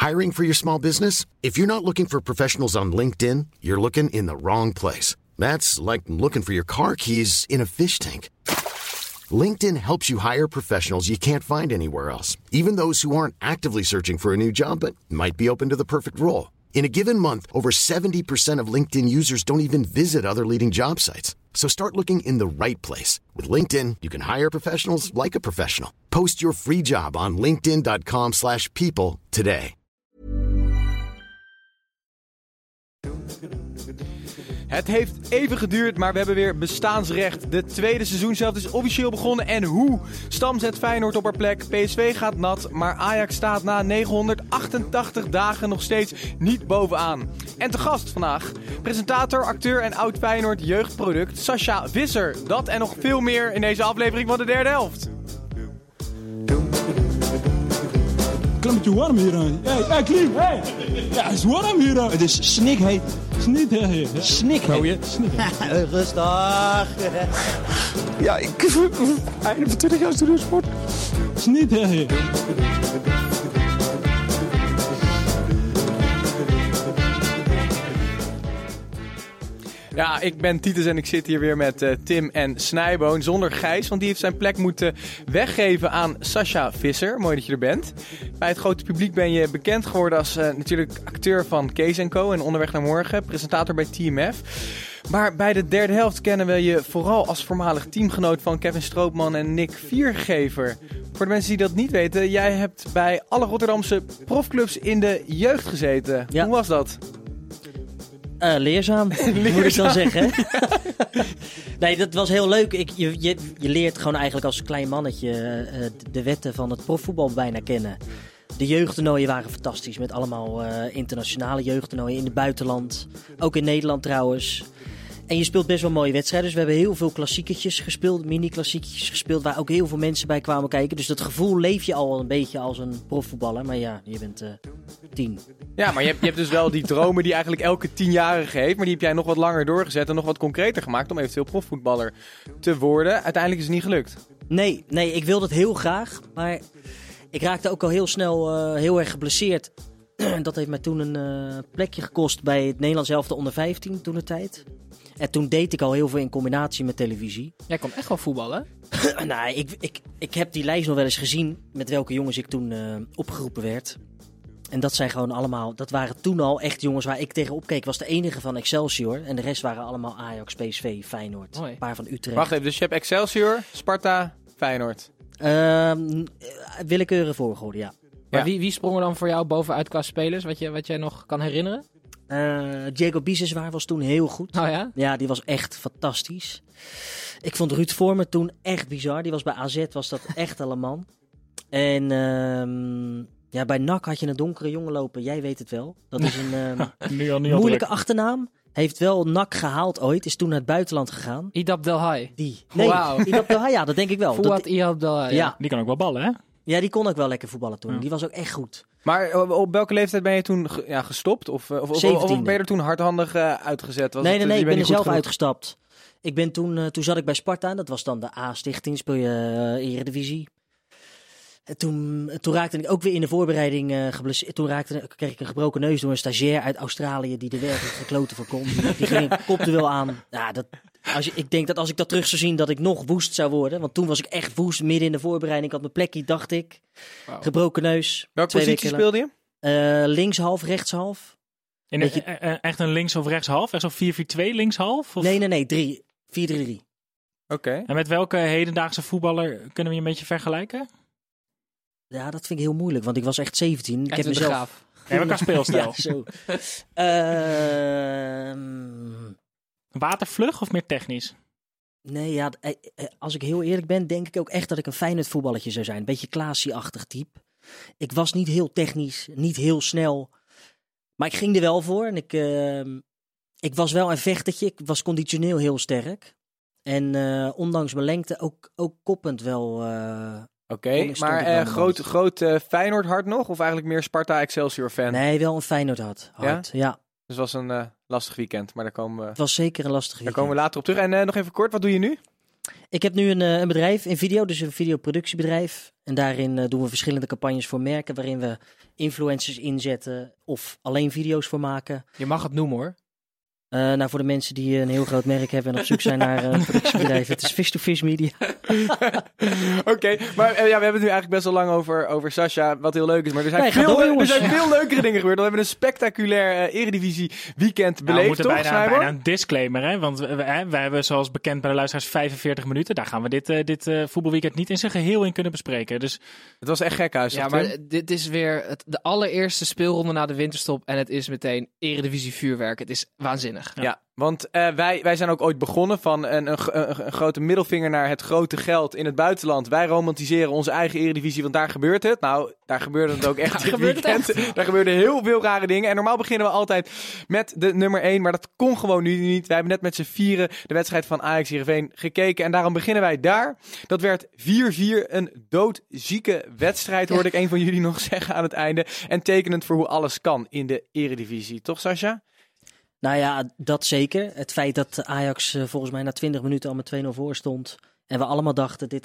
Hiring for your small business? If you're not looking for professionals on LinkedIn, you're looking in the wrong place. That's like looking for your car keys in a fish tank. LinkedIn helps you hire professionals you can't find anywhere else, even those who aren't actively searching for a new job but might be open to the perfect role. In a given month, over 70% of LinkedIn users don't even visit other leading job sites. So start looking in the right place. With LinkedIn, you can hire professionals like a professional. Post your free job on linkedin.com/people today. Het heeft even geduurd, maar we hebben weer bestaansrecht. De tweede seizoenshelft is officieel begonnen. En hoe? Stam zet Feyenoord op haar plek. PSV gaat nat, maar Ajax staat na 988 dagen nog steeds niet bovenaan. En te gast vandaag, presentator, acteur en oud Feyenoord jeugdproduct Sascha Visser. Dat en nog veel meer in deze aflevering van de derde helft. Klimmetje warm hier. Hey, Klim, hey. Ja, het is warm hier. Het is snikheet. Snikheet. Rustig. Ja, einde van 20 jaar studiosport. Snikheet. Ja, ik ben Titus en ik zit hier weer met Tim en Snijboon zonder Gijs, want die heeft zijn plek moeten weggeven aan Sascha Visser. Mooi dat je er bent. Bij het grote publiek ben je bekend geworden als natuurlijk acteur van Kees & Co. en Onderweg naar Morgen, presentator bij TMF. Maar bij de derde helft kennen we je vooral als voormalig teamgenoot van Kevin Stroopman en Nick Viergever. Voor de mensen die dat niet weten, jij hebt bij alle Rotterdamse profclubs in de jeugd gezeten. Ja. Hoe was dat? Leerzaam, moet ik dan zeggen. Nee, dat was heel leuk. Je leert gewoon eigenlijk als klein mannetje de wetten van het profvoetbal bijna kennen. De jeugdtoernooien waren fantastisch. Met allemaal internationale jeugdtoernooien in het buitenland. Ook in Nederland trouwens. En je speelt best wel mooie wedstrijden. Dus we hebben heel veel klassieketjes gespeeld. Mini-klassieketjes gespeeld. Waar ook heel veel mensen bij kwamen kijken. Dus dat gevoel leef je al een beetje als een profvoetballer. Maar ja, je bent 10. Ja, maar je hebt dus wel die dromen die eigenlijk elke 10-jarige heeft. Maar die heb jij nog wat langer doorgezet en nog wat concreter gemaakt om eventueel profvoetballer te worden. Uiteindelijk is het niet gelukt. Nee, ik wilde het heel graag. Maar ik raakte ook al heel snel heel erg geblesseerd. Dat heeft mij toen een plekje gekost bij het Nederlands elftal onder 15 toen de tijd. En toen deed ik al heel veel in combinatie met televisie. Jij kon echt wel voetballen? Nou, ik heb die lijst nog wel eens gezien met welke jongens ik toen opgeroepen werd. En dat zijn gewoon allemaal, dat waren toen al echt jongens waar ik tegenop keek. Was de enige van Excelsior. En de rest waren allemaal Ajax, PSV, Feyenoord. Mooi. Een paar van Utrecht. Wacht even, dus je hebt Excelsior, Sparta, Feyenoord. Willekeurig volgorde, ja. Maar wie sprong er dan voor jou bovenuit qua spelers, wat jij nog kan herinneren? Diego Biseswar was toen heel goed. Oh ja? Ja, die was echt fantastisch. Ik vond Ruud Vormer toen echt bizar. Die was bij AZ, was dat echt al een man. En bij NAC had je een donkere jongen lopen. Jij weet het wel. Dat is een moeilijke achternaam. Heeft wel NAC gehaald ooit. Is toen naar het buitenland gegaan. Idab Delhai. Die. Nee, wow. Idab Delhai, ja, dat denk ik wel. Fouad Idab Delhai. Ja. Die kan ook wel ballen, hè? Ja, die kon ook wel lekker voetballen toen. Ja. Die was ook echt goed. Maar op welke leeftijd ben je toen gestopt? Of ben je er toen hardhandig uitgezet? Nee, ik ben er zelf uitgestapt. Ik ben toen zat ik bij Sparta. Dat was dan de A-stichting, speel je Eredivisie. Toen raakte ik ook weer in de voorbereiding geblesseerd. Toen kreeg ik een gebroken neus door een stagiair uit Australië die er werkelijk gekloten van kon. Die ging een kopduel aan. Ja, ik denk dat als ik dat terug zou zien, dat ik nog woest zou worden. Want toen was ik echt woest, midden in de voorbereiding. Ik had mijn plekje, dacht ik. Wow. Gebroken neus. Welke positie speelde je? Linkshalf, rechtshalf. Echt een links- of rechtshalf? Echt zo'n 4-4-2 linkshalf? Of? Nee, 4-3-3. Oké. En met welke hedendaagse voetballer kunnen we je een beetje vergelijken? Ja, dat vind ik heel moeilijk, want ik was echt 17. Ik heb mezelf... Ja, we kan speelstijl. Ja, zo. Watervlug of meer technisch? Nee, ja, als ik heel eerlijk ben, denk ik ook echt dat ik een Feyenoord voetballetje zou zijn. Een beetje Klaasie-achtig type. Ik was niet heel technisch, niet heel snel. Maar ik ging er wel voor. En ik was wel een vechtertje. Ik was conditioneel heel sterk. En ondanks mijn lengte ook koppend wel... Oké, maar groot Feyenoord hart nog? Of eigenlijk meer Sparta Excelsior fan? Nee, wel een Feyenoord hart. Ja. Dus het was een lastig weekend, maar daar komen we... Het was zeker een lastig weekend. Daar komen we later op terug. En nog even kort, wat doe je nu? Ik heb nu een bedrijf in video, dus een videoproductiebedrijf. En daarin doen we verschillende campagnes voor merken, waarin we influencers inzetten of alleen video's voor maken. Je mag het noemen hoor. Voor de mensen die een heel groot merk hebben en op zoek zijn naar een productiebedrijf, het is Fish2Fish Media. Oké, maar we hebben het nu eigenlijk best wel lang over Sascha, wat heel leuk is. Maar er zijn, veel leukere dingen gebeurd. We hebben een spectaculair Eredivisie weekend beleefd, we moeten toch? bijna een disclaimer, hè? Want wij hebben zoals bekend bij de luisteraars 45 minuten. Daar gaan we dit voetbalweekend niet in zijn geheel in kunnen bespreken. Dus het was echt gekhuis. Ja, maar dit is weer de allereerste speelronde na de winterstop en het is meteen Eredivisie vuurwerk. Het is waanzinnig. Ja, want wij zijn ook ooit begonnen van een grote middelvinger naar het grote geld in het buitenland. Wij romantiseren onze eigen Eredivisie, want daar gebeurt het. Nou, daar gebeurde het ook echt dit weekend. Daar gebeurden heel veel rare dingen. En normaal beginnen we altijd met de nummer 1, maar dat kon gewoon nu niet. Wij hebben net met z'n vieren de wedstrijd van Ajax Heerenveen gekeken. En daarom beginnen wij daar. Dat werd 4-4, een doodzieke wedstrijd, hoorde ik een van jullie nog zeggen aan het einde. En tekenend voor hoe alles kan in de Eredivisie. Toch, Sascha? Nou ja, dat zeker. Het feit dat Ajax volgens mij na 20 minuten al met 2-0 voor stond. En we allemaal dachten, dit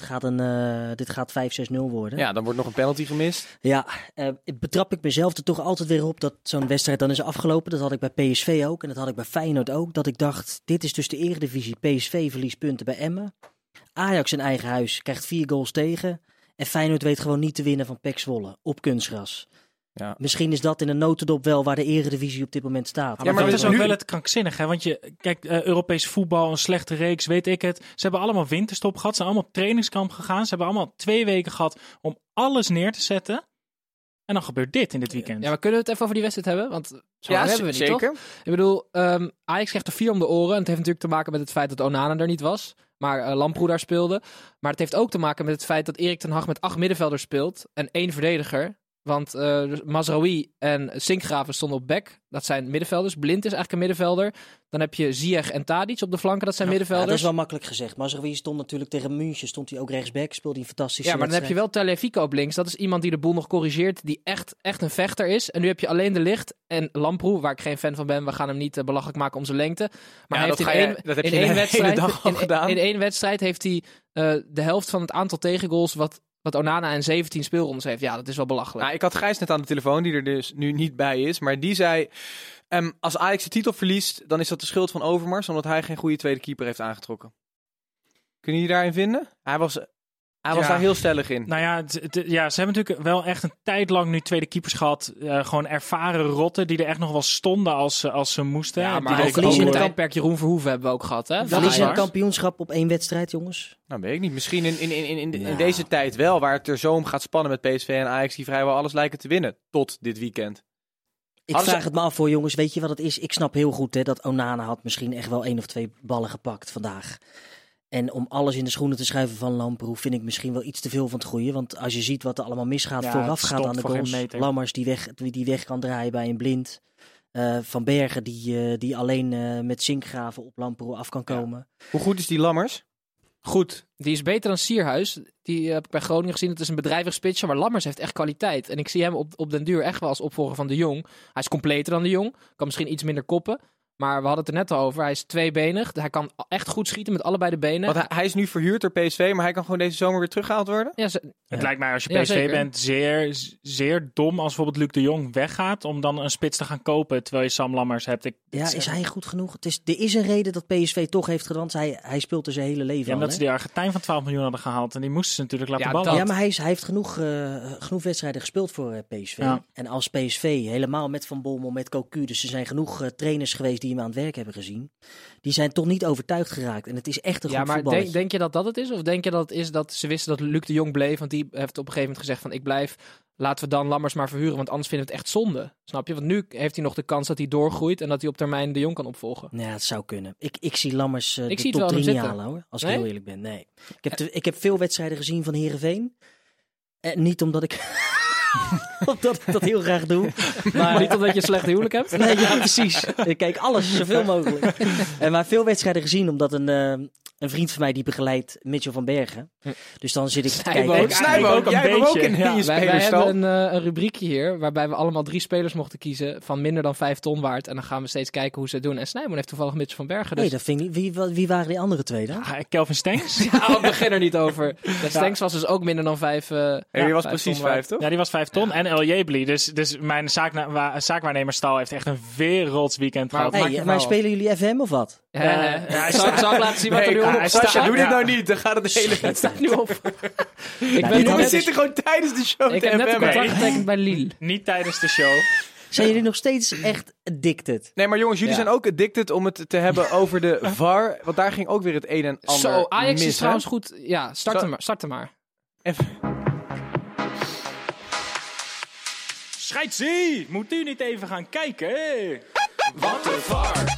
gaat 5-6-0 worden. Ja, dan wordt nog een penalty gemist. Ja, betrap ik mezelf er toch altijd weer op dat zo'n wedstrijd dan is afgelopen. Dat had ik bij PSV ook en dat had ik bij Feyenoord ook. Dat ik dacht, dit is dus de Eredivisie. PSV verliest punten bij Emmen. Ajax in eigen huis krijgt 4 goals tegen. En Feyenoord weet gewoon niet te winnen van PEC Zwolle op kunstgras. Ja. Misschien is dat in een notendop wel waar de Eredivisie op dit moment staat. Ja, maar dat is ook wel het krankzinnig. Hè? Want Europees voetbal, een slechte reeks, weet ik het. Ze hebben allemaal winterstop gehad. Ze zijn allemaal op trainingskamp gegaan. Ze hebben allemaal 2 weken gehad om alles neer te zetten. En dan gebeurt dit in dit weekend. Ja, maar kunnen we het even over die wedstrijd hebben? Want zo hebben we niet, zeker. Toch? Ik bedoel, Ajax krijgt er 4 om de oren. En het heeft natuurlijk te maken met het feit dat Onana er niet was. Maar Lamproe daar speelde. Maar het heeft ook te maken met het feit dat Erik ten Hag met 8 middenvelders speelt. En 1 verdediger. Want Mazraoui en Sinkgraven stonden op back. Dat zijn middenvelders. Blind is eigenlijk een middenvelder. Dan heb je Ziyech en Tadic op de flanken. Dat zijn middenvelders. Ja, dat is wel makkelijk gezegd. Mazraoui stond natuurlijk tegen München. Stond hij ook rechtsback. Speelde hij fantastisch. Ja, maar dan heb je wel Tagliafico op links. Dat is iemand die de boel nog corrigeert. Die echt een vechter is. En nu heb je alleen De Ligt en Lamproe. Waar ik geen fan van ben. We gaan hem niet belachelijk maken om zijn lengte. Maar hij heeft in één wedstrijd heeft hij de helft van het aantal tegengoals wat Onana en 17 speelrondes heeft. Ja, dat is wel belachelijk. Nou, ik had Gijs net aan de telefoon, die er dus nu niet bij is. Maar die zei, als Ajax de titel verliest, dan is dat de schuld van Overmars. Omdat hij geen goede tweede keeper heeft aangetrokken. Kunnen jullie daarin vinden? Hij was daar heel stellig in. Nou ja, ze hebben natuurlijk wel echt een tijd lang nu tweede keepers gehad. Gewoon ervaren rotten die er echt nog wel stonden als ze moesten. Ja, maar die verliezen in het kampwerk Jeroen Verhoeven hebben we ook gehad. Hè? Verliezen een kampioenschap op 1 wedstrijd, jongens? Nou, weet ik niet. Misschien in deze tijd wel, waar het er zo om gaat spannen met PSV en Ajax, die vrijwel alles lijken te winnen. Tot dit weekend. Ik vraag het me af voor jongens. Weet je wat het is? Ik snap heel goed dat Onana had misschien echt wel 1 of 2 ballen gepakt vandaag. En om alles in de schoenen te schuiven van Lamproe vind ik misschien wel iets te veel van het goede. Want als je ziet wat er allemaal misgaat voorafgaand aan de goals. Lammers die weg kan draaien bij een Blind. Van Bergen die alleen met Sinkgraven op Lamproe af kan komen. Ja. Hoe goed is die Lammers? Goed. Die is beter dan Sierhuis. Die heb ik bij Groningen gezien. Het is een bedrijvig spitsje, maar Lammers heeft echt kwaliteit. En ik zie hem op den duur echt wel als opvolger van De Jong. Hij is completer dan De Jong. Kan misschien iets minder koppen. Maar we hadden het er net al over. Hij is tweebenig. Hij kan echt goed schieten met allebei de benen. Want hij is nu verhuurd door PSV, maar hij kan gewoon deze zomer weer teruggehaald worden? Ja, het lijkt mij als je PSV bent zeer dom als bijvoorbeeld Luc de Jong weggaat om dan een spits te gaan kopen terwijl je Sam Lammers hebt. Is hij goed genoeg? Er is een reden dat PSV toch heeft gedaan. Hij speelt er zijn hele leven al. Omdat ze die Argentijn van 12 miljoen hadden gehaald en die moesten ze natuurlijk laten ballen. Ja, maar hij heeft genoeg wedstrijden gespeeld voor PSV. Ja. En als PSV, helemaal met Van Bommel, met Cocu, dus er zijn genoeg trainers geweest die hem aan het werk hebben gezien. Die zijn toch niet overtuigd geraakt. En het is echt een goed voetballer. Maar denk je dat het is? Of denk je dat het is dat ze wisten dat Luc de Jong bleef? Want die heeft op een gegeven moment gezegd van ik blijf. Laten we dan Lammers maar verhuren. Want anders vinden we het echt zonde. Snap je? Want nu heeft hij nog de kans dat hij doorgroeit. En dat hij op termijn de Jong kan opvolgen. Ja, het zou kunnen. Ik zie Lammers de top 3 niet halen hoor. Als ik heel eerlijk ben. Nee. Ik heb veel wedstrijden gezien van Heerenveen. Niet omdat ik... omdat ik dat heel graag doe. Maar niet omdat je een slecht huwelijk hebt? Nee, ja, precies. Ik kijk alles, zoveel mogelijk. Maar veel wedstrijden gezien, omdat Een vriend van mij die begeleidt Mitchell van Bergen. Dus dan zit ik te kijken. Jij hebt ook in je Wij spelerstal. hebben een rubriekje hier waarbij we allemaal 3 spelers mochten kiezen van minder dan 5 ton waard. En dan gaan we steeds kijken hoe ze het doen. En Snijboon heeft toevallig Mitchell van Bergen. Dus... Nee, dat vind ik niet. Wie waren die andere 2 dan? Kelvin Stengs. ik begin er niet over. Stengs was dus ook minder dan 5 die was precies 5, toch? Ja, die was 5 ton. En El Jebli. Dus mijn zaakwaarnemerstal heeft echt een wereldsweekend gehad. Maar spelen jullie FM of wat? Zal ik laten zien wat er nu op staat? Sascha, doe dit nou niet. Dan gaat het de hele Het staat nu op. We zitten gewoon tijdens de show Ik te heb net een FM. contract getekend bij Lille. Niet tijdens de show. Zijn jullie nog steeds echt addicted? Nee, maar jongens, jullie zijn ook addicted om het te hebben over de VAR. Want daar ging ook weer het een en ander Zo, Ajax mis, is trouwens goed. Ja, start hem maar. Scheidsie! Moet u niet even gaan kijken? Wat een VAR!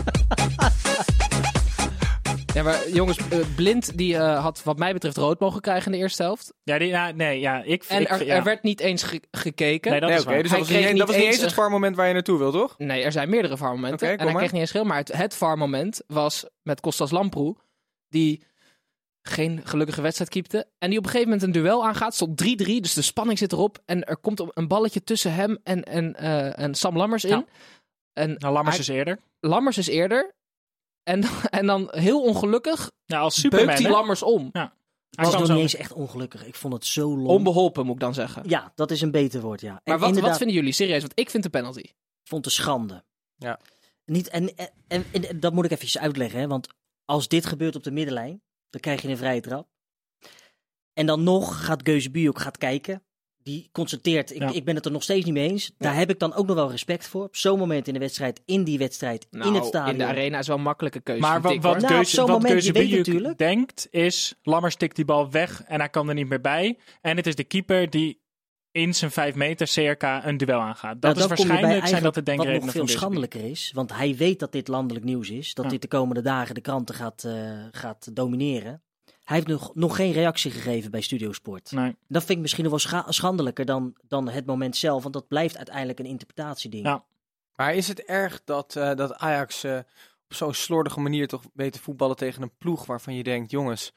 Ja, maar jongens, Blind die had wat mij betreft rood mogen krijgen in de eerste helft. Ja, Er werd niet eens gekeken. Nee, dat is waar. Dus dat was niet eens het VAR-moment waar je naartoe wil, toch? Nee, er zijn meerdere VAR-momenten. En hij kreeg niet eens geel. Maar het VAR-moment was met Kostas Lamproe, die geen gelukkige wedstrijd keepte. En die op een gegeven moment een duel aangaat. Stond 3-3, dus de spanning zit erop. En er komt een balletje tussen hem en Sam Lammers in. Ja. En Lammers is eerder. En dan heel ongelukkig als beukt Superman, die Lammers om. Ja. Hij was nog niet eens echt ongelukkig. Ik vond het zo lomp. Onbeholpen, moet ik dan zeggen. Ja, dat is een beter woord, ja. Maar wat vinden jullie? Serieus, want ik vind de penalty. Ik vond het een schande. Ja. Niet, en dat moet ik even uitleggen, hè, want als dit gebeurt op de middenlijn, dan krijg je een vrije trap. En dan nog gaat Geuze ook kijken. Die constateert, ik ben het er nog steeds niet mee eens. Daar heb ik dan ook nog wel respect voor. Op zo'n moment in de wedstrijd, in het stadion. In de arena is wel een makkelijke keuze. Maar wat Geuze denkt is, Lammers tikt die bal weg en hij kan er niet meer bij. En het is de keeper die in zijn 5 meter circa een duel aangaat. Dat is waarschijnlijk zijn dat de denkredenen wat nog veel schandelijker is. Want hij weet dat dit landelijk nieuws is. Dat dit de komende dagen de kranten gaat domineren. Hij heeft nog geen reactie gegeven bij Studiosport. Nee. Dat vind ik misschien nog wel schandelijker dan het moment zelf. Want dat blijft uiteindelijk een interpretatieding. Ja. Maar is het erg dat Ajax op zo'n slordige manier toch weet te voetballen tegen een ploeg waarvan je denkt, jongens,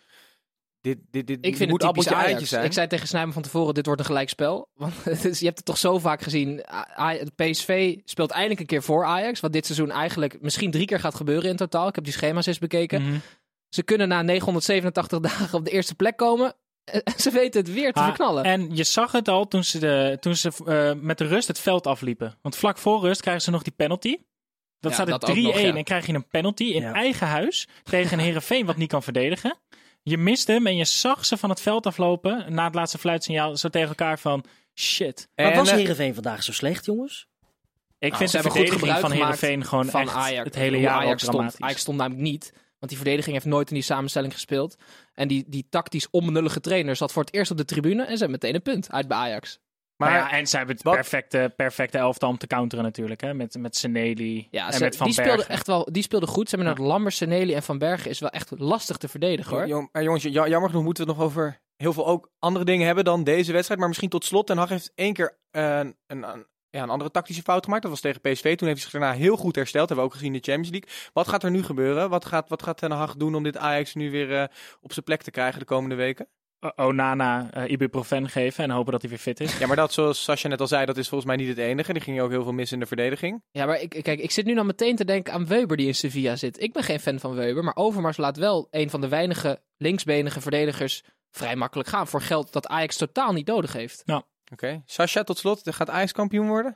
ik vind moet appeltje eitje zijn. Ik zei tegen Snijboon van tevoren, dit wordt een gelijkspel. Want je hebt het toch zo vaak gezien. PSV speelt eindelijk een keer voor Ajax. Wat dit seizoen eigenlijk misschien 3 keer gaat gebeuren in totaal. Ik heb die schema's eens bekeken. Mm-hmm. Ze kunnen na 987 dagen op de eerste plek komen. En ze weten het weer te verknallen. En je zag het al toen ze met de rust het veld afliepen. Want vlak voor rust krijgen ze nog die penalty. Dat staat er 3-1 en krijg je een penalty in eigen huis tegen een Heerenveen wat niet kan verdedigen. Je miste hem en je zag ze van het veld aflopen na het laatste fluitsignaal zo tegen elkaar van shit. Maar was Heerenveen vandaag zo slecht, jongens? Ik vind de verdediging van Heerenveen gewoon van echt Ajax, het hele jaar Ajax dramatisch. Ajax stond namelijk niet. Want die verdediging heeft nooit in die samenstelling gespeeld. En die tactisch onbenullige trainer zat voor het eerst op de tribune. En ze hebben meteen een punt uit bij Ajax. Maar en ze hebben het perfecte elftal om te counteren natuurlijk. Hè? Met Seneli en met Van Bergen. Die speelden goed. Ze hebben naar Lammers, Seneli en Van Bergen is wel echt lastig te verdedigen, hoor. Maar jongens, jammer genoeg moeten we het nog over heel veel ook andere dingen hebben dan deze wedstrijd. Maar misschien tot slot. Ten Hag heeft 1 keer een andere tactische fout gemaakt. Dat was tegen PSV. Toen heeft hij zich daarna heel goed hersteld. Hebben we ook gezien in de Champions League. Wat gaat er nu gebeuren? Wat gaat Ten Hag doen om dit Ajax nu weer op zijn plek te krijgen de komende weken? Onana ibuprofen geven en hopen dat hij weer fit is. Ja, maar dat, zoals Sascha net al zei, dat is volgens mij niet het enige. Die ging ook heel veel mis in de verdediging. Ja, maar ik zit nu dan meteen te denken aan Wöber die in Sevilla zit. Ik ben geen fan van Wöber, maar Overmars laat wel een van de weinige linksbenige verdedigers vrij makkelijk gaan voor geld dat Ajax totaal niet nodig heeft. Nou. Oké. Sascha, tot slot, gaat Ajax kampioen worden?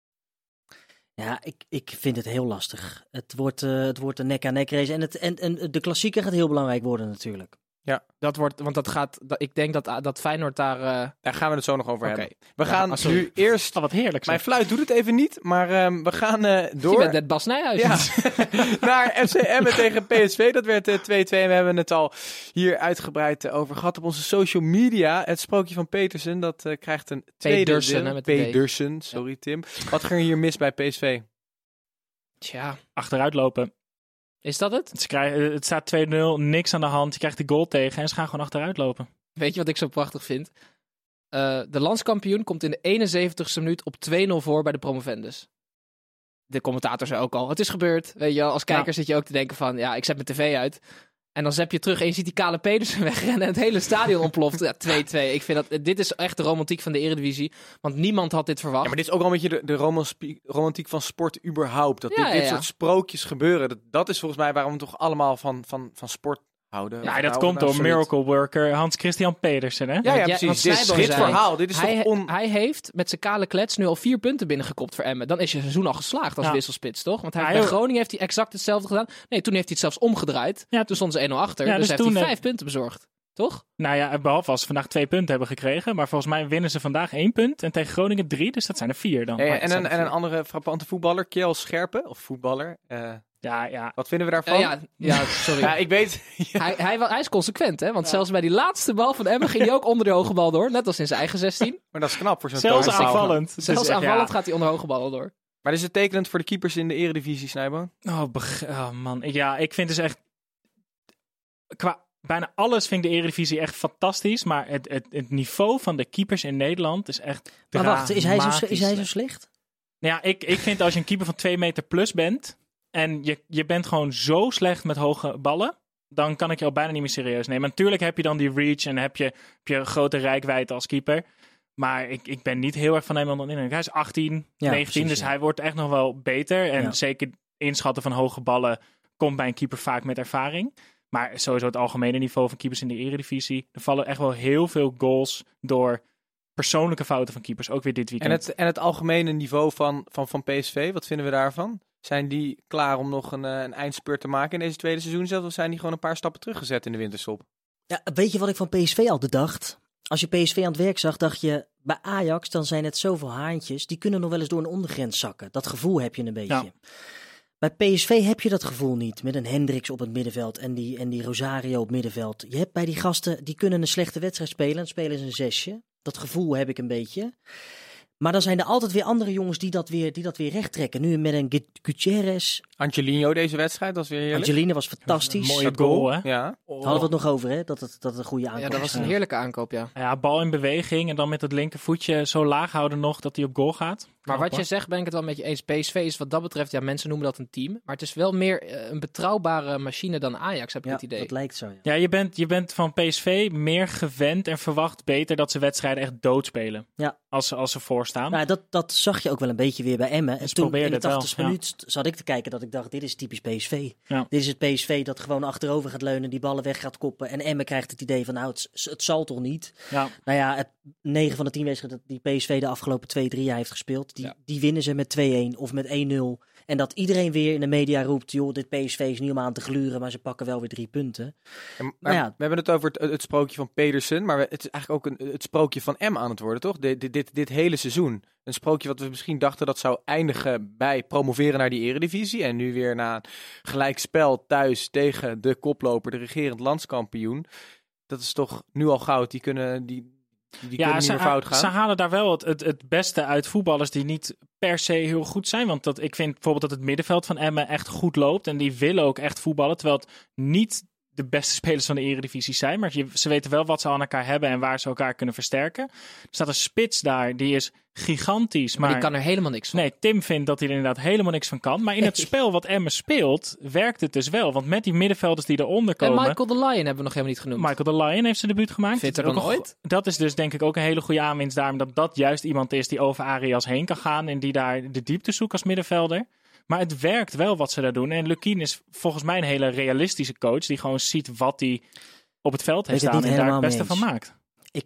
Ja, ik vind het heel lastig. Het wordt een nek-aan-nek race. En de klassieker gaat heel belangrijk worden natuurlijk. Ja, ik denk dat Feyenoord daar... Daar gaan we het zo nog over hebben. We gaan nu eerst... wat heerlijk. Mijn fluit doet het even niet, maar we gaan door. Je bent net Bas Nijhuis. Ja. Naar FC Emmen tegen PSV. Dat werd 2-2 en we hebben het al hier uitgebreid over gehad op onze social media. Het sprookje van Petersen, dat krijgt een tweede deel. Pedersen, sorry Tim. Wat ging hier mis bij PSV? Tja. Achteruit lopen. Is dat het? Het staat 2-0, niks aan de hand. Je krijgt de goal tegen en ze gaan gewoon achteruit lopen. Weet je wat ik zo prachtig vind? De landskampioen komt in de 71ste minuut op 2-0 voor bij de promovendus. De commentator zei ook al, het is gebeurd. Weet je wel, als kijker zit je ook te denken van, ja, ik zet mijn tv uit. En dan zap je terug en je ziet die Kale Pedersen wegrennen en het hele stadion ontploft. Ja, 2-2. Ik vind dat dit is echt de romantiek van de Eredivisie. Want niemand had dit verwacht. Ja, maar dit is ook wel een beetje de romantiek van sport überhaupt. Dat dit soort sprookjes gebeuren. Dat is volgens mij waarom we toch allemaal van sport houden. Ja, dat komt door miracle worker Hans Christian Pedersen, hè? Ja, precies. Dit verhaal. Dit is hij heeft met zijn kale klets nu al 4 punten binnengekopt voor Emmen. Dan is je seizoen al geslaagd als wisselspits, toch? Want bij Groningen heeft hij exact hetzelfde gedaan. Nee, toen heeft hij het zelfs omgedraaid. Ja, toen stond ze 1-0 achter. Dus heeft hij 5 punten bezorgd. Toch? Nou ja, behalve als ze vandaag 2 punten hebben gekregen. Maar volgens mij winnen ze vandaag 1 punt. En tegen Groningen 3. Dus dat zijn er 4 dan. En een andere frappante voetballer, Kjell Scherpen. Of voetballer. Ja. Wat vinden we daarvan? Sorry. Ja, ik weet... Hij is consequent, hè? Want zelfs bij die laatste bal van Emmen ging hij ook onder de hoge bal door. Net als in zijn eigen 16. Maar dat is knap voor zo'n zelfs aanvallend. Zelfs aanvallend gaat hij onder hoge ballen door. Maar is het tekenend voor de keepers in de Eredivisie, Snijboon? Oh man. Ja, ik vind dus echt... Qua bijna alles vind ik de Eredivisie echt fantastisch. Maar het niveau van de keepers in Nederland is echt dramatisch. Maar wacht, is hij zo slecht? Nou ja, ik vind als je een keeper van 2 meter plus bent... en je bent gewoon zo slecht met hoge ballen... dan kan ik je al bijna niet meer serieus nemen. Natuurlijk heb je dan die reach en heb je een grote reikwijdte als keeper... Maar ik ben niet heel erg van hem onder indruk. Hij is 18, 19, precies, dus hij wordt echt nog wel beter. En zeker inschatten van hoge ballen komt bij een keeper vaak met ervaring. Maar sowieso het algemene niveau van keepers in de Eredivisie. Er vallen echt wel heel veel goals door persoonlijke fouten van keepers. Ook weer dit weekend. En het algemene niveau van PSV, wat vinden we daarvan? Zijn die klaar om nog een eindspurt te maken in deze tweede seizoen zelf? Of zijn die gewoon een paar stappen teruggezet in de winterstop? Ja, weet je wat ik van PSV altijd dacht? Als je PSV aan het werk zag, dacht je... Bij Ajax, dan zijn het zoveel haantjes... die kunnen nog wel eens door een ondergrens zakken. Dat gevoel heb je een beetje. Ja. Bij PSV heb je dat gevoel niet. Met een Hendricks op het middenveld en die Rosario op het middenveld. Je hebt bij die gasten, die kunnen een slechte wedstrijd spelen. Dan spelen ze een 6'je. Dat gevoel heb ik een beetje. Maar dan zijn er altijd weer andere jongens die dat weer recht trekken. Nu met een Gutierrez. Angelino deze wedstrijd, was weer heerlijk. Angelino was fantastisch. Mooie goal, hè? Ja. Hadden we het nog over, hè? Dat het een goede aankoop is. Ja, dat was een heerlijke aankoop, ja. Ja, bal in beweging en dan met het linkervoetje zo laag houden nog dat hij op goal gaat. Maar wat je zegt, ben ik het wel met je eens. PSV is wat dat betreft, ja, mensen noemen dat een team. Maar het is wel meer een betrouwbare machine dan Ajax, heb ik het idee. Dat lijkt zo, ja. Je bent van PSV meer gewend en verwacht beter dat ze wedstrijden echt doodspelen. Ja. Als ze voorstaan. Nou, dat zag je ook wel een beetje weer bij Emmen. En toen in de 80e minuut zat ik te kijken dat ik dacht, dit is typisch PSV. Ja. Dit is het PSV dat gewoon achterover gaat leunen, die ballen weg gaat koppen. En Emmen krijgt het idee van, nou, het zal toch niet. Ja. Nou ja, 9 van de 10 wedstrijden die PSV de afgelopen 2-3 jaar heeft gespeeld, die winnen ze met 2-1 of met 1-0. En dat iedereen weer in de media roept, joh, dit PSV is niet om aan te gluren, maar ze pakken wel weer 3 punten. We hebben het over het sprookje van Pedersen, maar het is eigenlijk ook het sprookje van Emmen aan het worden, toch? Dit hele seizoen. Een sprookje wat we misschien dachten dat zou eindigen bij promoveren naar die Eredivisie. En nu weer na een gelijkspel thuis tegen de koploper, de regerend landskampioen. Dat is toch nu al goud. Die kunnen niet meer fout gaan. Ze halen daar wel het beste uit voetballers die niet per se heel goed zijn. Want ik vind bijvoorbeeld dat het middenveld van Emmen echt goed loopt. En die willen ook echt voetballen. Terwijl het niet de beste spelers van de Eredivisie zijn. Maar ze weten wel wat ze aan elkaar hebben en waar ze elkaar kunnen versterken. Er staat een spits daar, die is gigantisch. Maar die kan er helemaal niks van. Nee, Tim vindt dat hij er inderdaad helemaal niks van kan. Maar in het spel wat Emmen speelt, werkt het dus wel. Want met die middenvelders die eronder komen... En Michael de Lion hebben we nog helemaal niet genoemd. Michael de Lion heeft zijn debuut gemaakt. Vindt er dan ooit? Dat is dus denk ik ook een hele goede aanwinst daarom dat juist iemand is die over Arias heen kan gaan en die daar de diepte zoekt als middenvelder. Maar het werkt wel wat ze daar doen. En Lukien is volgens mij een hele realistische coach die gewoon ziet wat hij op het veld heeft staan en daar het beste van maakt.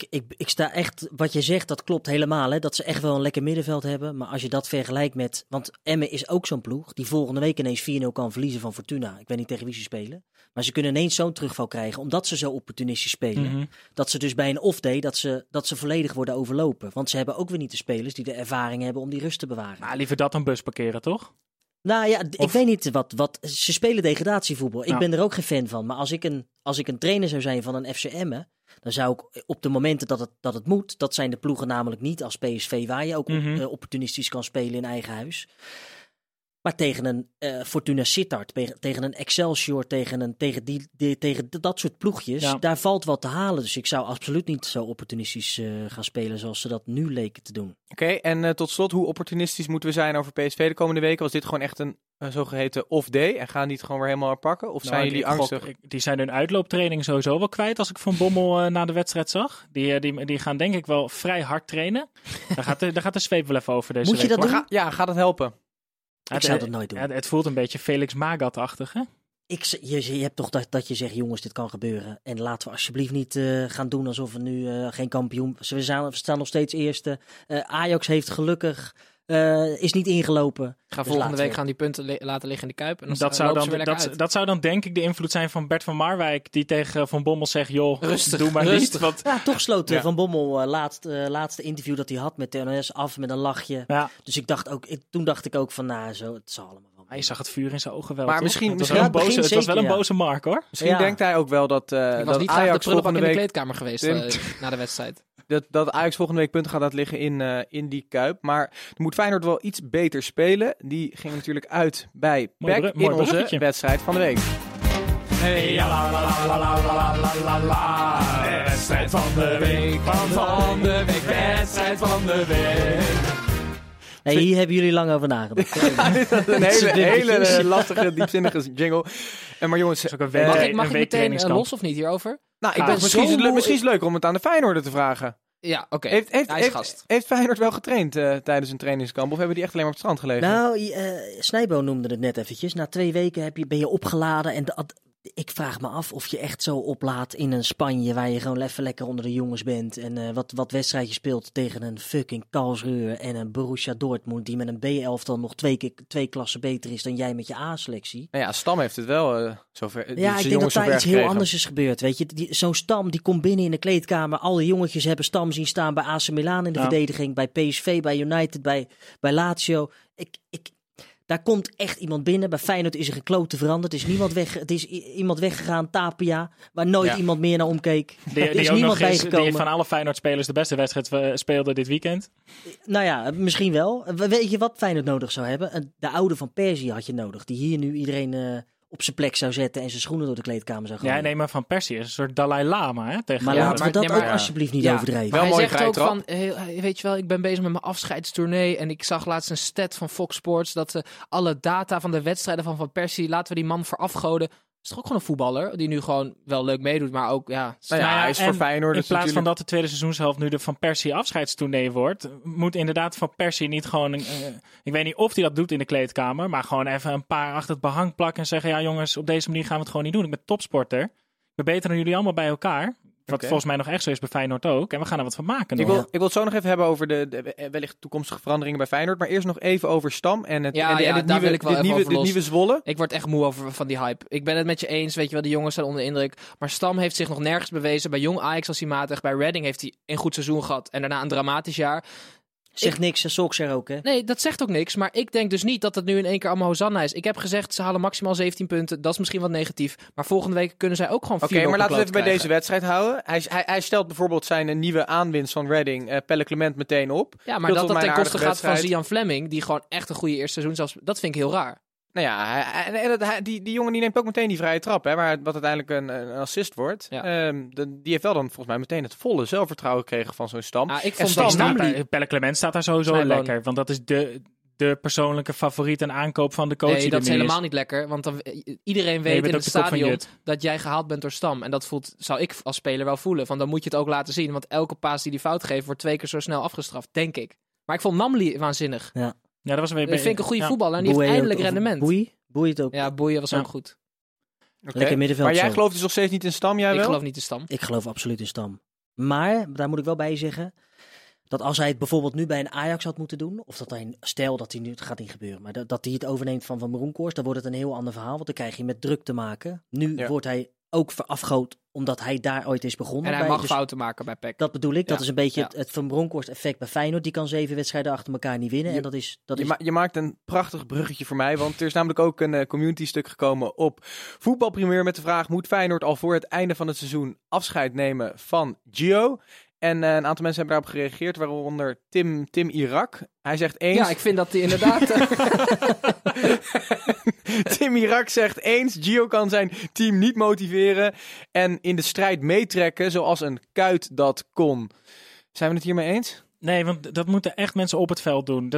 Ik sta echt, wat je zegt, dat klopt helemaal. Hè? Dat ze echt wel een lekker middenveld hebben. Maar als je dat vergelijkt met... Want Emmen is ook zo'n ploeg die volgende week ineens 4-0 kan verliezen van Fortuna. Ik weet niet tegen wie ze spelen. Maar ze kunnen ineens zo'n terugval krijgen. Omdat ze zo opportunistisch spelen. Mm-hmm. Dat ze dus bij een off-day, dat ze volledig worden overlopen. Want ze hebben ook weer niet de spelers die de ervaring hebben om die rust te bewaren. Maar liever dat dan bus parkeren, toch? Nou ja, ik weet niet wat. Ze spelen degradatievoetbal. Ik ben er ook geen fan van. Maar als ik een trainer zou zijn van een FC Emmen, dan zou ik op de momenten dat het moet, dat zijn de ploegen namelijk niet als PSV, waar je ook opportunistisch kan spelen in eigen huis. Maar tegen een Fortuna Sittard, tegen een Excelsior, tegen dat soort ploegjes, daar valt wat te halen. Dus ik zou absoluut niet zo opportunistisch gaan spelen zoals ze dat nu leken te doen. Oké, en tot slot, hoe opportunistisch moeten we zijn over PSV de komende weken? Was dit gewoon echt een zogeheten off-day en gaan die het gewoon weer helemaal pakken? Of zijn jullie angstig? Die zijn hun uitlooptraining sowieso wel kwijt als ik Van Bommel na de wedstrijd zag. Die gaan denk ik wel vrij hard trainen. Daar gaat de zweep wel even over deze week. Moet je dat doen? Gaat het helpen? Ik zou dat nooit doen. Het voelt een beetje Felix Magath-achtig, hè? Je hebt toch dat je zegt, jongens, dit kan gebeuren. En laten we alsjeblieft niet gaan doen alsof we nu geen kampioen... We staan nog steeds eerste. Ajax heeft gelukkig... is niet ingelopen. Volgende week gaan die punten laten liggen in de Kuip. En dat zou dan denk ik de invloed zijn van Bert van Marwijk... die tegen Van Bommel zegt, joh, rustig, doe maar niet. Want... Ja, toch sloot Van Bommel laatste interview dat hij had met de NOS af met een lachje. Ja. Dus toen dacht ik ook van, zo, het zal allemaal wel. Hij zag het vuur in zijn ogen wel, maar toch? misschien Het was wel een boze Mark, hoor. Misschien denkt hij ook wel dat ik was niet Ajax volgende in de week... kleedkamer geweest na de wedstrijd. Dat Ajax volgende week punten gaat laten liggen in die Kuip. Maar er moet Feyenoord wel iets beter spelen. Die ging natuurlijk uit bij PEC in onze wedstrijd van de week. Hey, ja, la la la la la la la la. Wedstrijd van de week, van de week, wedstrijd van de week. Hey, hier hebben jullie lang over nagedacht. Een hele lastige, diepzinnige jingle. Maar jongens, mag ik meteen los of niet hierover? Nou, misschien is het leuker om het aan de Feyenoorder te vragen. Ja, oké. Heeft Feyenoord wel getraind tijdens een trainingskamp? Of hebben die echt alleen maar op het strand gelegen? Nou, Snijbo noemde het net eventjes. Na 2 weken ben je opgeladen. En ik vraag me af of je echt zo oplaadt in een Spanje... waar je gewoon even lekker onder de jongens bent. En wat wedstrijdje speelt tegen een fucking Karlsruhe en een Borussia Dortmund... die met een B-elftal nog 2 klassen beter is dan jij met je A-selectie. Nou ja, Stam heeft het wel zover. Ja, ik denk dat daar iets heel anders is gebeurd. Weet je, zo'n Stam die komt binnen in de kleedkamer. Alle jongetjes hebben Stam zien staan bij AC Milan in de verdediging. Bij PSV, bij United, bij Lazio. Daar komt echt iemand binnen. Bij Feyenoord is er gekloot veranderd. Het is iemand weggegaan, Tapia, waar nooit iemand meer naar omkeek. Er is niemand bijgekomen. Die van alle Feyenoord-spelers de beste wedstrijd speelde dit weekend. Nou ja, misschien wel. Weet je wat Feyenoord nodig zou hebben? De oude van Persie had je nodig. Die hier nu iedereen op zijn plek zou zetten en zijn schoenen door de kleedkamer zou gaan. Ja, nee, maar Van Persie is een soort Dalai Lama. Hè, maar laten we dat ook alsjeblieft niet overdrijven. Hij zegt ook van, weet je wel, ik ben bezig met mijn afscheidstournee en ik zag laatst een stat van Fox Sports dat alle data van de wedstrijden van Persie, laten we die man verafgoden. Is toch ook gewoon een voetballer die nu gewoon wel leuk meedoet, maar ook hij is voor Feyenoord. In plaats van dat de tweede seizoenshelft nu de Van Persie afscheidstournee wordt, moet inderdaad Van Persie niet gewoon, ik weet niet of hij dat doet in de kleedkamer, maar gewoon even een paar achter het behang plakken en zeggen, ja jongens, op deze manier gaan we het gewoon niet doen. Ik ben topsporter. Ik ben beter dan jullie allemaal bij elkaar. Wat volgens mij nog echt zo is bij Feyenoord ook. En we gaan er wat van maken. Ik wil het zo nog even hebben over de wellicht toekomstige veranderingen bij Feyenoord. Maar eerst nog even over Stam en het nieuwe Zwolle. Ik word echt moe van die hype. Ik ben het met je eens. Weet je wel, de jongens zijn onder de indruk. Maar Stam heeft zich nog nergens bewezen. Bij Jong Ajax was hij matig. Bij Reading heeft hij een goed seizoen gehad. En daarna een dramatisch jaar. Zegt niks, Solskjaer ook, hè? Nee, dat zegt ook niks. Maar ik denk dus niet dat het nu in één keer allemaal Hosanna is. Ik heb gezegd, ze halen maximaal 17 punten. Dat is misschien wat negatief. Maar volgende week kunnen zij ook gewoon 4 Oké, maar laten we even bij deze wedstrijd houden. Hij stelt bijvoorbeeld zijn nieuwe aanwinst van Reading, Pelle Clement, meteen op. Ja, maar dat ten koste gaat van Zian Fleming, die gewoon echt een goede eerste seizoen zelfs. Dat vind ik heel raar. Nou ja, die jongen die neemt ook meteen die vrije trap, hè, wat uiteindelijk een assist wordt. Ja. Die heeft wel dan volgens mij meteen het volle zelfvertrouwen gekregen van zo'n Stam. Ik vond Pelle Clement staat daar sowieso lekker, want dat is de persoonlijke favoriet en aankoop van de coach. Nee, dat is helemaal niet lekker, want iedereen weet in het stadion dat jij gehaald bent door Stam. En dat zou ik als speler wel voelen, van dan moet je het ook laten zien, want elke paas die fout geeft wordt 2 keer zo snel afgestraft, denk ik. Maar ik vond Namli waanzinnig. Ja, dat was weer vind ik een goede voetballer en die heeft eindelijk rendement. Boei het ook. Ja, Boeien was ook goed. Lekker middenveld. Maar jij gelooft dus nog steeds niet in Stam, jij wel? Ik geloof niet in Stam. Ik geloof absoluut in Stam. Maar, daar moet ik wel bij zeggen, dat als hij het bijvoorbeeld nu bij een Ajax had moeten doen, of dat hij, stel dat hij nu, het gaat niet gebeuren, maar dat hij het overneemt van Bronckhorst, dan wordt het een heel ander verhaal, want dan krijg je met druk te maken. Nu wordt hij ook verafgood omdat hij daar ooit is begonnen. En hij mag fouten maken bij PEC. Dat bedoel ik. Dat is een beetje het Van Bronckhorst effect bij Feyenoord. Die kan 7 wedstrijden achter elkaar niet winnen. Je maakt een prachtig bruggetje voor mij. Want er is namelijk ook een community stuk gekomen op Voetbalprimeur met de vraag: moet Feyenoord al voor het einde van het seizoen afscheid nemen van Gio? En een aantal mensen hebben daarop gereageerd, waaronder Tim Irak. Hij zegt eens... Ja, ik vind dat hij inderdaad... Tim Irak zegt eens, Gio kan zijn team niet motiveren en in de strijd meetrekken zoals een Kuyt dat kon. Zijn we het hiermee eens? Nee, want dat moeten echt mensen op het veld doen.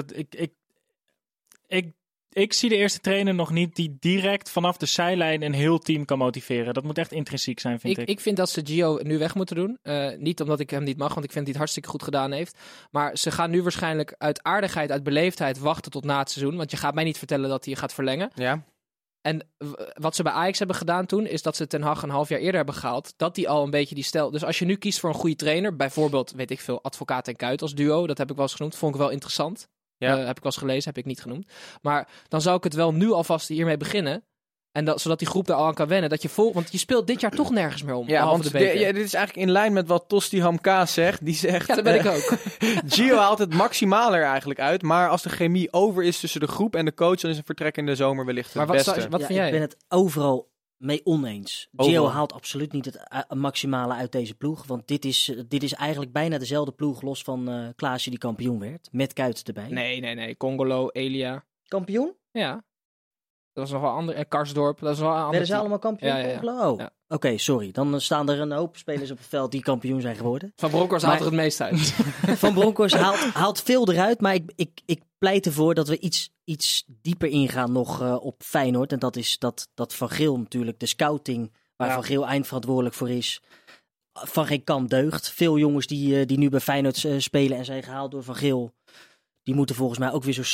Ik zie de eerste trainer nog niet die direct vanaf de zijlijn een heel team kan motiveren. Dat moet echt intrinsiek zijn, vind ik. Ik vind dat ze Gio nu weg moeten doen. Niet omdat ik hem niet mag, want ik vind dat hij het hartstikke goed gedaan heeft. Maar ze gaan nu waarschijnlijk uit aardigheid, uit beleefdheid wachten tot na het seizoen. Want je gaat mij niet vertellen dat hij gaat verlengen. Ja. En wat ze bij Ajax hebben gedaan toen, is dat ze Ten Hag een half jaar eerder hebben gehaald. Dat die al een beetje die stijl... Dus als je nu kiest voor een goede trainer, bijvoorbeeld, weet ik veel, Advocaat en Kuyt als duo. Dat heb ik wel eens genoemd, vond ik wel interessant. Ja. Heb ik wel eens gelezen, heb ik niet genoemd. Maar dan zou ik het wel nu alvast hiermee beginnen. En zodat die groep daar al aan kan wennen. Want je speelt dit jaar toch nergens meer om. Ja, want de beker. dit is eigenlijk in lijn met wat Tosti Hamkaas zegt. Die zegt... Ja, dat ben ik ook. Gio haalt het maximaal er eigenlijk uit. Maar als de chemie over is tussen de groep en de coach, dan is een vertrek in de zomer wellicht het beste. Wat vind jij? Ik ben het overal mee oneens. Gio haalt absoluut niet het maximale uit deze ploeg. Want dit is eigenlijk bijna dezelfde ploeg los van Klaasje die kampioen werd. Met Kuyt erbij. Nee. Congolo, Elia. Kampioen? Ja. Dat was nog wel ander. En Karsdorp. Dat is wel ander. Werden ze allemaal kampioen? Ja. Oh. Ja. Oké, sorry. Dan staan er een hoop spelers op het veld die kampioen zijn geworden. Van Bronckhorst haalt er het meest uit. Van Bronckhorst haalt veel eruit. Maar ik pleit ervoor dat we iets dieper ingaan nog op Feyenoord. En dat is dat Van Geel natuurlijk, de scouting waar Van Geel eindverantwoordelijk voor is, van geen kant deugt. Veel jongens die nu bij Feyenoord spelen en zijn gehaald door Van Geel, die moeten volgens mij ook weer zo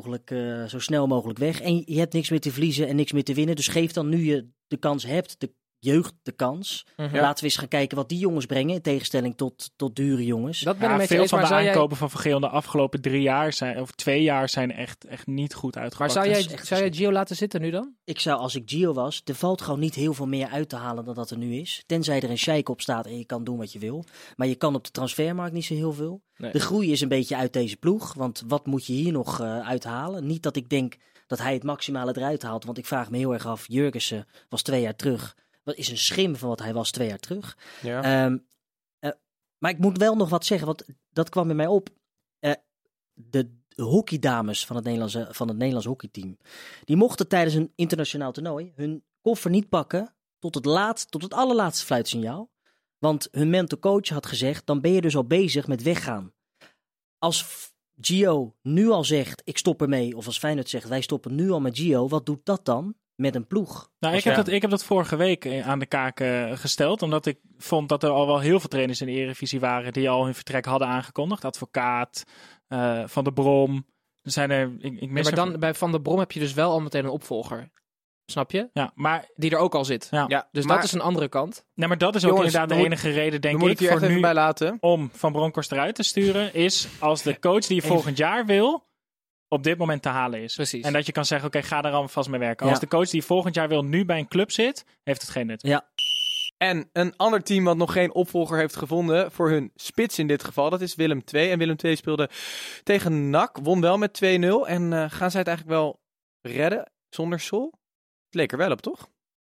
snel mogelijk weg. En je hebt niks meer te verliezen en niks meer te winnen. Dus geef dan nu je de kans hebt, de jeugd de kans. Laten we eens gaan kijken wat die jongens brengen, in tegenstelling tot dure jongens. Dat ben ik met je veel eens, van maar de aankopen van Van Geel de afgelopen 3 jaar of 2 jaar zijn echt niet goed uitgepakt. Maar zou jij Gio laten zitten nu dan? Ik zou, als ik Gio was, er valt gewoon niet heel veel meer uit te halen dan dat er nu is. Tenzij er een sheik op staat en je kan doen wat je wil. Maar je kan op de transfermarkt niet zo heel veel. Nee. De groei is een beetje uit deze ploeg, want wat moet je hier nog uithalen? Niet dat ik denk dat hij het maximale eruit haalt, want ik vraag me heel erg af, Jurgensen was 2 jaar terug. Wat is een schim van wat hij was 2 jaar terug. Ja. Maar ik moet wel nog wat zeggen, want dat kwam bij mij op. De hockeydames van het Nederlands hockeyteam, die mochten tijdens een internationaal toernooi hun koffer niet pakken tot het allerlaatste fluitsignaal. Want hun mental coach had gezegd, dan ben je dus al bezig met weggaan. Als Gio nu al zegt, ik stop ermee, of als Feyenoord zegt, wij stoppen nu al met Gio, wat doet dat dan met een ploeg? Nou, ik heb dat vorige week aan de kaak gesteld, omdat ik vond dat er al wel heel veel trainers in de Eredivisie waren die al hun vertrek hadden aangekondigd. Advocaat, Van der Brom. Er zijn er, maar dan bij Van der Brom heb je dus wel al meteen een opvolger. Snap je? Ja, maar die er ook al zit. Ja. Dus dat is een andere kant. Nee, maar dat is ook inderdaad de enige reden, denk ik, voor nu bij laten. Om Van Bronckhorst eruit te sturen, is als de coach die je volgend jaar wil, op dit moment te halen is. Precies. En dat je kan zeggen, oké, ga daar allemaal vast mee werken. Als de coach die volgend jaar wil nu bij een club zit, heeft het geen nut. Ja. En een ander team wat nog geen opvolger heeft gevonden, voor hun spits in dit geval, dat is Willem II. En Willem II speelde tegen NAC, won wel met 2-0. En gaan zij het eigenlijk wel redden zonder Sol? Het leek er wel op, toch?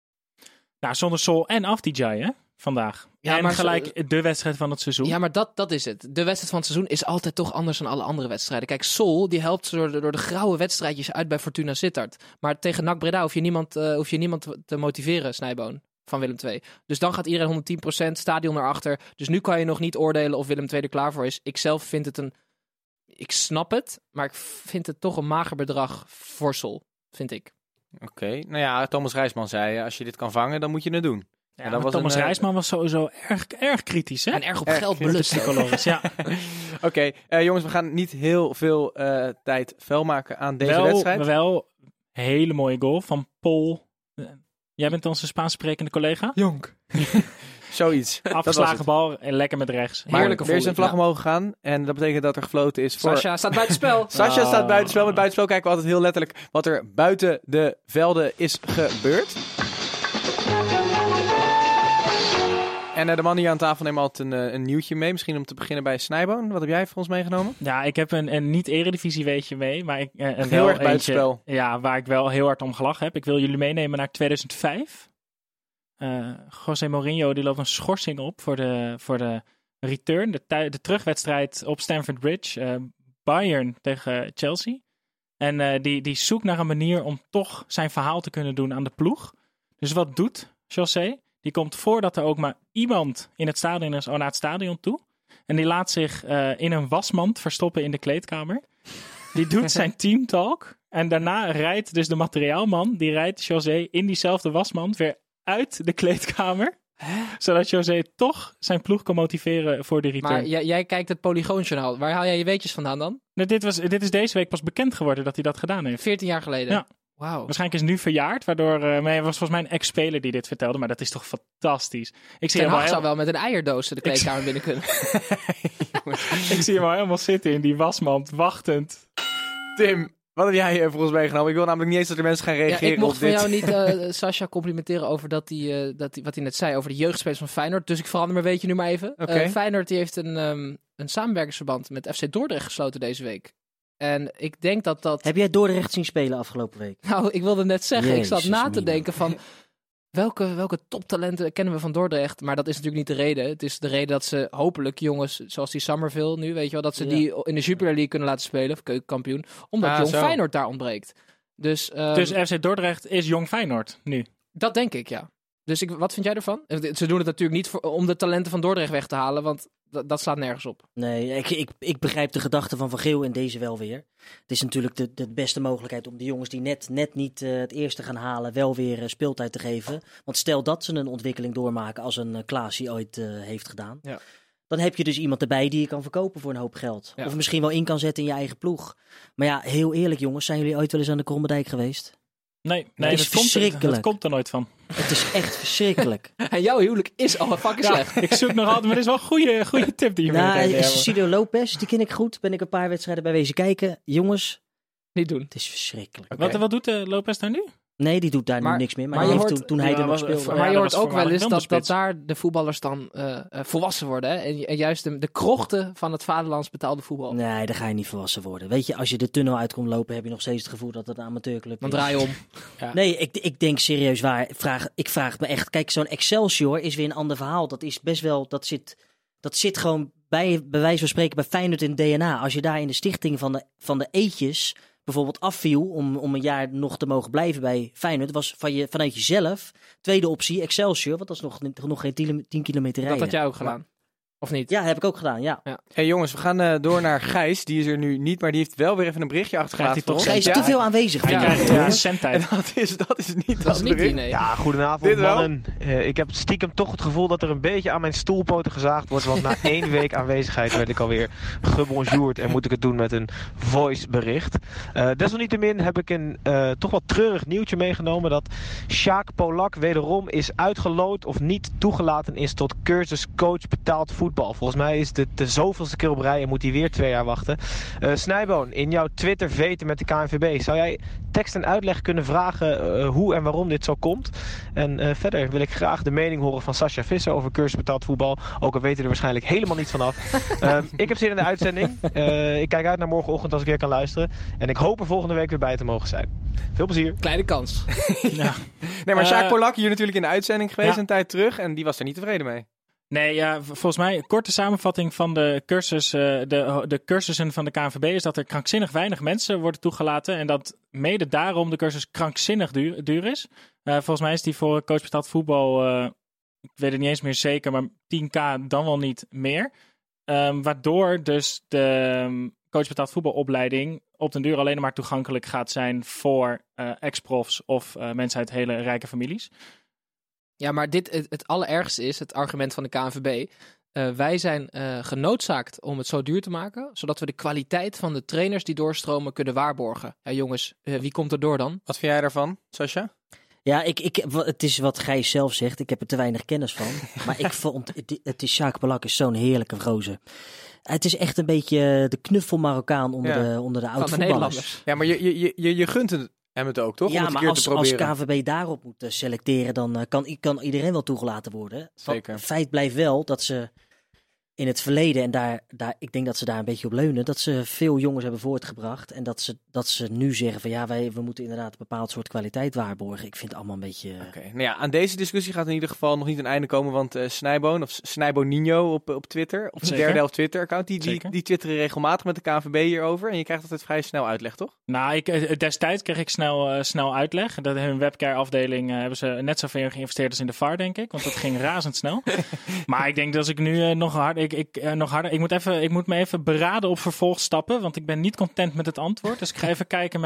Nou, zonder Sol en Afdijay, hè, vandaag. Ja, en maar gelijk de wedstrijd van het seizoen. Ja, maar dat is het. De wedstrijd van het seizoen is altijd toch anders dan alle andere wedstrijden. Kijk, Sol, die helpt door de grauwe wedstrijdjes uit bij Fortuna Sittard. Maar tegen NAC Breda hoef je niemand te motiveren, Snijboon, van Willem II. Dus dan gaat iedereen 110%, stadion erachter. Dus nu kan je nog niet oordelen of Willem II er klaar voor is. Ik zelf vind het ik snap het, maar ik vind het toch een mager bedrag voor Sol, vind ik. Oké, nou ja, Thomas Reisman zei, als je dit kan vangen, dan moet je het doen. Ja, dat was Thomas Reisman was sowieso erg kritisch, hè? En erg op geld belust. Ja. Oké, jongens, we gaan niet heel veel tijd vuil maken aan deze wedstrijd. Wel een hele mooie goal van Paul. Jij bent onze Spaans sprekende collega? Jonk. Zoiets. Afgeslagen bal en lekker met rechts. Maar er is een vlag omhoog gegaan en dat betekent dat er gefloten is voor... Sascha staat buitenspel. Sascha staat buitenspel. Met buitenspel kijken we altijd heel letterlijk wat er buiten de velden is gebeurd. En de man hier aan tafel neemt altijd een nieuwtje mee. Misschien om te beginnen bij Snijboon. Wat heb jij voor ons meegenomen? Ja, ik heb een niet-eredivisie weetje mee. Maar heel erg buitenspel. Ja, waar ik wel heel hard om gelachen heb. Ik wil jullie meenemen naar 2005. José Mourinho die loopt een schorsing op voor de return, de terugwedstrijd op Stamford Bridge. Bayern tegen Chelsea. En die zoekt naar een manier om toch zijn verhaal te kunnen doen aan de ploeg. Dus wat doet José? Die komt voordat er ook maar iemand in het stadion is, naar het stadion toe. En die laat zich in een wasmand verstoppen in de kleedkamer. Die doet zijn teamtalk. En daarna rijdt dus de materiaalman, die rijdt José in diezelfde wasmand weer uit de kleedkamer. Zodat José toch zijn ploeg kan motiveren voor de return. Maar jij kijkt het Polygoonjournaal. Waar haal jij je weetjes vandaan dan? Dit is deze week pas bekend geworden dat hij dat gedaan heeft. 14 jaar geleden? Ja. Wauw. Waarschijnlijk is het nu verjaard, waardoor... hij was volgens mij een ex-speler die dit vertelde, maar dat is toch fantastisch. Ten Hag zou wel met een eierdoos de kleedkamer binnen kunnen. Ik zie hem al helemaal zitten in die wasmand, wachtend. Tim, wat heb jij volgens mij genomen? Ik wil namelijk niet eens dat er mensen gaan reageren ik mocht op dit. van jou niet Sascha complimenteren over wat hij net zei over de jeugdspelers van Feyenoord. Dus ik verander mijn weetje nu maar even. Okay. Feyenoord die heeft een samenwerkingsverband met FC Dordrecht gesloten deze week. En ik denk dat... Heb jij Dordrecht zien spelen afgelopen week? Nou, ik wilde net zeggen, Jezus, ik zat na te Mina. denken van... Welke toptalenten kennen we van Dordrecht? Maar dat is natuurlijk niet de reden. Het is de reden dat ze hopelijk jongens, zoals die Summerville nu, weet je wel, dat ze die in de Jupiler League kunnen laten spelen, of keukenkampioen, omdat Jong Feyenoord daar ontbreekt. Dus FC Dordrecht is Jong Feyenoord nu? Dat denk ik, ja. Dus wat vind jij ervan? Ze doen het natuurlijk niet om de talenten van Dordrecht weg te halen, want dat slaat nergens op. Nee, ik begrijp de gedachte van Geel in deze wel weer. Het is natuurlijk de beste mogelijkheid om de jongens die net niet het eerste gaan halen wel weer speeltijd te geven. Want stel dat ze een ontwikkeling doormaken als een Klaasie ooit heeft gedaan. Ja. Dan heb je dus iemand erbij die je kan verkopen voor een hoop geld. Ja. Of misschien wel in kan zetten in je eigen ploeg. Maar ja, heel eerlijk jongens, zijn jullie ooit wel eens aan de Krommerdijk geweest? Nee, dat komt er nooit van. Het is echt verschrikkelijk. En jouw huwelijk is al fucking slecht. Ik zoek nog altijd, maar dit is wel een goede tip die je mee Cecilio Lopez, die ken ik goed. Ben ik een paar wedstrijden bij wezen kijken. Jongens, niet doen. Het is verschrikkelijk. Okay. Wat doet Lopez daar nu? Nee, die doet daar nu niks meer. Maar je hoort, toen hij er nog speelde. Maar je hoort ook wel eens dat daar de voetballers dan volwassen worden. Hè? En juist de krochten van het vaderlands betaalde voetbal. Nee, daar ga je niet volwassen worden. Weet je, als je de tunnel uit komt lopen, heb je nog steeds het gevoel dat het een amateurclub is. Dan draai je om. Ja. Nee, ik denk serieus waar. Ik vraag me echt. Kijk, zo'n Excelsior is weer een ander verhaal. Dat is best wel. Dat zit gewoon bij wijze van spreken bij Feyenoord in DNA. Als je daar in de stichting van de eetjes bijvoorbeeld afviel om een jaar nog te mogen blijven bij Feyenoord, was vanuit jezelf tweede optie Excelsior, want dat is nog geen 10 kilometer rijden. Dat had jij ook gedaan. Of niet? Ja, heb ik ook gedaan, ja. Hey jongens, we gaan door naar Gijs. Die is er nu niet, maar die heeft wel weer even een berichtje achtergelaten. Hij is te veel aanwezig. En dat is niet dat bericht. Nee. Ja, goedenavond mannen. Ik heb stiekem toch het gevoel dat er een beetje aan mijn stoelpoten gezaagd wordt. Want na 1 week aanwezigheid werd ik alweer gebonjourd en moet ik het doen met een voicebericht. Desalniettemin heb ik een toch wat treurig nieuwtje meegenomen. Dat Sjaak Polak wederom is uitgeloot of niet toegelaten is tot cursus coach betaald voetbal. Volgens mij is dit de zoveelste keer op rij en moet hij weer 2 jaar wachten. Snijboon, in jouw Twitter veten met de KNVB, zou jij tekst en uitleg kunnen vragen hoe en waarom dit zo komt? En verder wil ik graag de mening horen van Sascha Visser over cursus betaald voetbal. Ook al weten we er waarschijnlijk helemaal niets vanaf. Ik heb zin in de uitzending. Ik kijk uit naar morgenochtend als ik weer kan luisteren. En ik hoop er volgende week weer bij te mogen zijn. Veel plezier. Kleine kans. Ja. Nee, maar Sjaak Polak hier natuurlijk in de uitzending geweest een tijd terug. En die was er niet tevreden mee. Nee, ja, volgens mij een korte samenvatting van de cursus, de cursussen van de KNVB is dat er krankzinnig weinig mensen worden toegelaten en dat mede daarom de cursus krankzinnig duur is. Volgens mij is die voor coach betaald voetbal, ik weet het niet eens meer zeker, maar 10.000 dan wel niet meer. Waardoor dus de coach betaald voetbalopleiding op den duur alleen maar toegankelijk gaat zijn voor ex-profs of mensen uit hele rijke families. Ja, maar het allerergste is, het argument van de KNVB. Wij zijn genoodzaakt om het zo duur te maken, zodat we de kwaliteit van de trainers die doorstromen kunnen waarborgen. Ja jongens, wie komt er door dan? Wat vind jij daarvan, Sascha? Ja, het is wat Gijs zelf zegt. Ik heb er te weinig kennis van. Maar ik vond, Sjaak Polak is zo'n heerlijke gozer. Het is echt een beetje de knuffel Marokkaan onder de oud-voetballers. Ja, maar je gunt hem het ook, toch? Ja, maar als KNVB daarop moet selecteren, dan kan iedereen wel toegelaten worden. Zeker. Feit blijft wel dat ze in het verleden, en daar, ik denk dat ze daar een beetje op leunen, dat ze veel jongens hebben voortgebracht. En dat ze nu zeggen van ja, we moeten inderdaad een bepaald soort kwaliteit waarborgen. Ik vind het allemaal een beetje... Oké. Nou ja, aan deze discussie gaat in ieder geval nog niet een einde komen, want Snijboon, of Snijboninho op Twitter, of de derde helft Twitter-account, die twitteren regelmatig met de KNVB hierover. En je krijgt altijd vrij snel uitleg, toch? Nou, destijds kreeg ik snel uitleg. Dat hun webcare-afdeling hebben ze net zoveel geïnvesteerd als in de VAR, denk ik. Want dat ging razendsnel. Maar ik denk dat als ik nu nog harder... Ik moet me even beraden op vervolgstappen, want ik ben niet content met het antwoord. Dus ik ga even kijken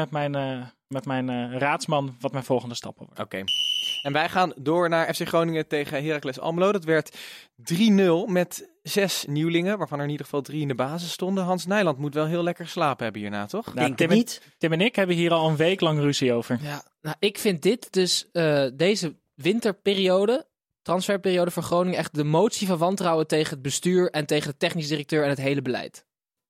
met mijn raadsman wat mijn volgende stappen worden. Oké. En wij gaan door naar FC Groningen tegen Heracles Almelo. Dat werd 3-0 met 6 nieuwelingen, waarvan er in ieder geval 3 in de basis stonden. Hans Nijland moet wel heel lekker slapen hebben hierna, toch? Nou, Tim en ik hebben hier al een week lang ruzie over. Ja, nou, ik vind dit dus deze winterperiode, transferperiode voor Groningen, echt de motie van wantrouwen tegen het bestuur en tegen de technisch directeur en het hele beleid.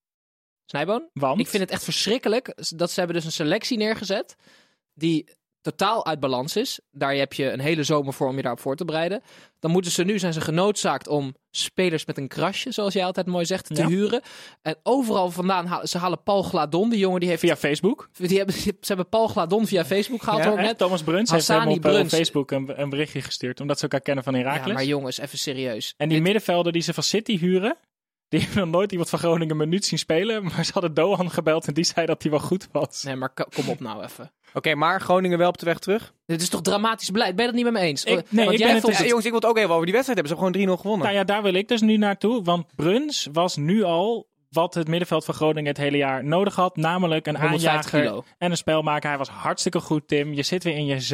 Snijboon? Want? Ik vind het echt verschrikkelijk dat ze hebben dus een selectie neergezet die totaal uit balans is. Daar heb je een hele zomer voor om je daarop voor te bereiden. Dan zijn ze genoodzaakt om spelers met een krasje, zoals jij altijd mooi zegt, te huren. En overal vandaan ze halen Paul Gladon, die jongen die heeft... Via Facebook? Ze hebben Paul Gladon via Facebook gehaald. Ja, net. Thomas Bruns heeft hem op Facebook een berichtje gestuurd, omdat ze elkaar kennen van Heracles. Ja, maar jongens, even serieus. En die middenvelder die ze van City huren, die hebben nog nooit iemand van Groningen een minuut zien spelen. Maar ze hadden Doan gebeld en die zei dat hij wel goed was. Nee, maar kom op nou even. Oké, maar Groningen wel op de weg terug? Dit is toch dramatisch beleid? Ben je dat niet met me eens? Jongens, ik wil het ook even over die wedstrijd hebben. Ze hebben gewoon 3-0 gewonnen. Nou ja, daar wil ik dus nu naartoe. Want Bruns was nu al wat het middenveld van Groningen het hele jaar nodig had. Namelijk een aanjager en een spelmaker. Hij was hartstikke goed, Tim. Je zit weer in je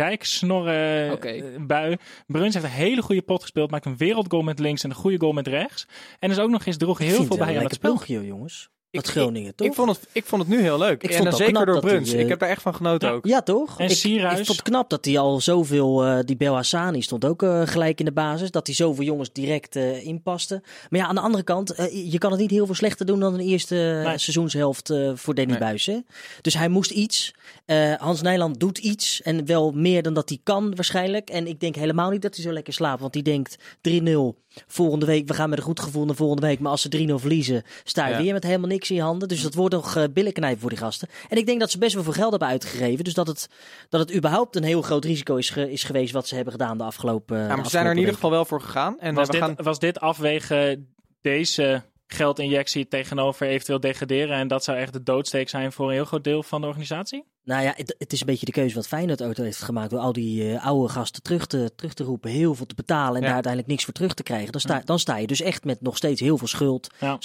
zeiksnorren bui. Bruns heeft een hele goede pot gespeeld. Maakt een wereldgoal met links en een goede goal met rechts. En is ook nog eens droeg heel veel bij aan het spel. Jongens. Dat Groningen, toch? Ik vond het nu heel leuk. En dan zeker door Bruns. Ik heb daar echt van genoten ook. Ja, toch? En Sierhuis. Ik vond het knap dat hij al zoveel... die Belhassani stond ook gelijk in de basis. Dat hij zoveel jongens direct inpaste. Maar ja, aan de andere kant... je kan het niet heel veel slechter doen dan een eerste seizoenshelft voor Danny Buijs. Hè? Dus hij moest iets. Hans Nijland doet iets. En wel meer dan dat hij kan waarschijnlijk. En ik denk helemaal niet dat hij zo lekker slaapt. Want hij denkt 3-0... Volgende week, we gaan met een goed gevoel naar volgende week. Maar als ze 3-0 verliezen, sta je weer met helemaal niks in je handen. Dus dat wordt nog billenknijpen voor die gasten. En ik denk dat ze best wel veel geld hebben uitgegeven. Dus dat het überhaupt een heel groot risico is geweest wat ze hebben gedaan de afgelopen maar ze zijn er in ieder geval wel voor gegaan. En was dit afwegen deze geldinjectie tegenover eventueel degraderen? En dat zou echt de doodsteek zijn voor een heel groot deel van de organisatie? Nou ja, het is een beetje de keuze wat Feyenoord auto heeft gemaakt. Door al die oude gasten terug te roepen, heel veel te betalen en daar uiteindelijk niks voor terug te krijgen. Dan sta je dus echt met nog steeds heel veel schuld. Ja.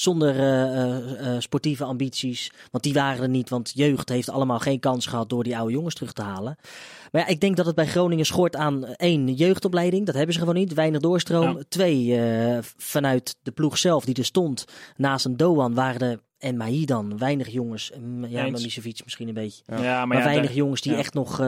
Zonder sportieve ambities. Want die waren er niet, want jeugd heeft allemaal geen kans gehad door die oude jongens terug te halen. Maar ja, ik denk dat het bij Groningen schort aan 1, jeugdopleiding. Dat hebben ze gewoon niet. Weinig doorstroom. Ja. 2, vanuit de ploeg zelf die er stond. Naast een Doan waren er... En Mahi dan, weinig jongens. Ja, Milicevic misschien een beetje. Ja, maar weinig jongens die echt nog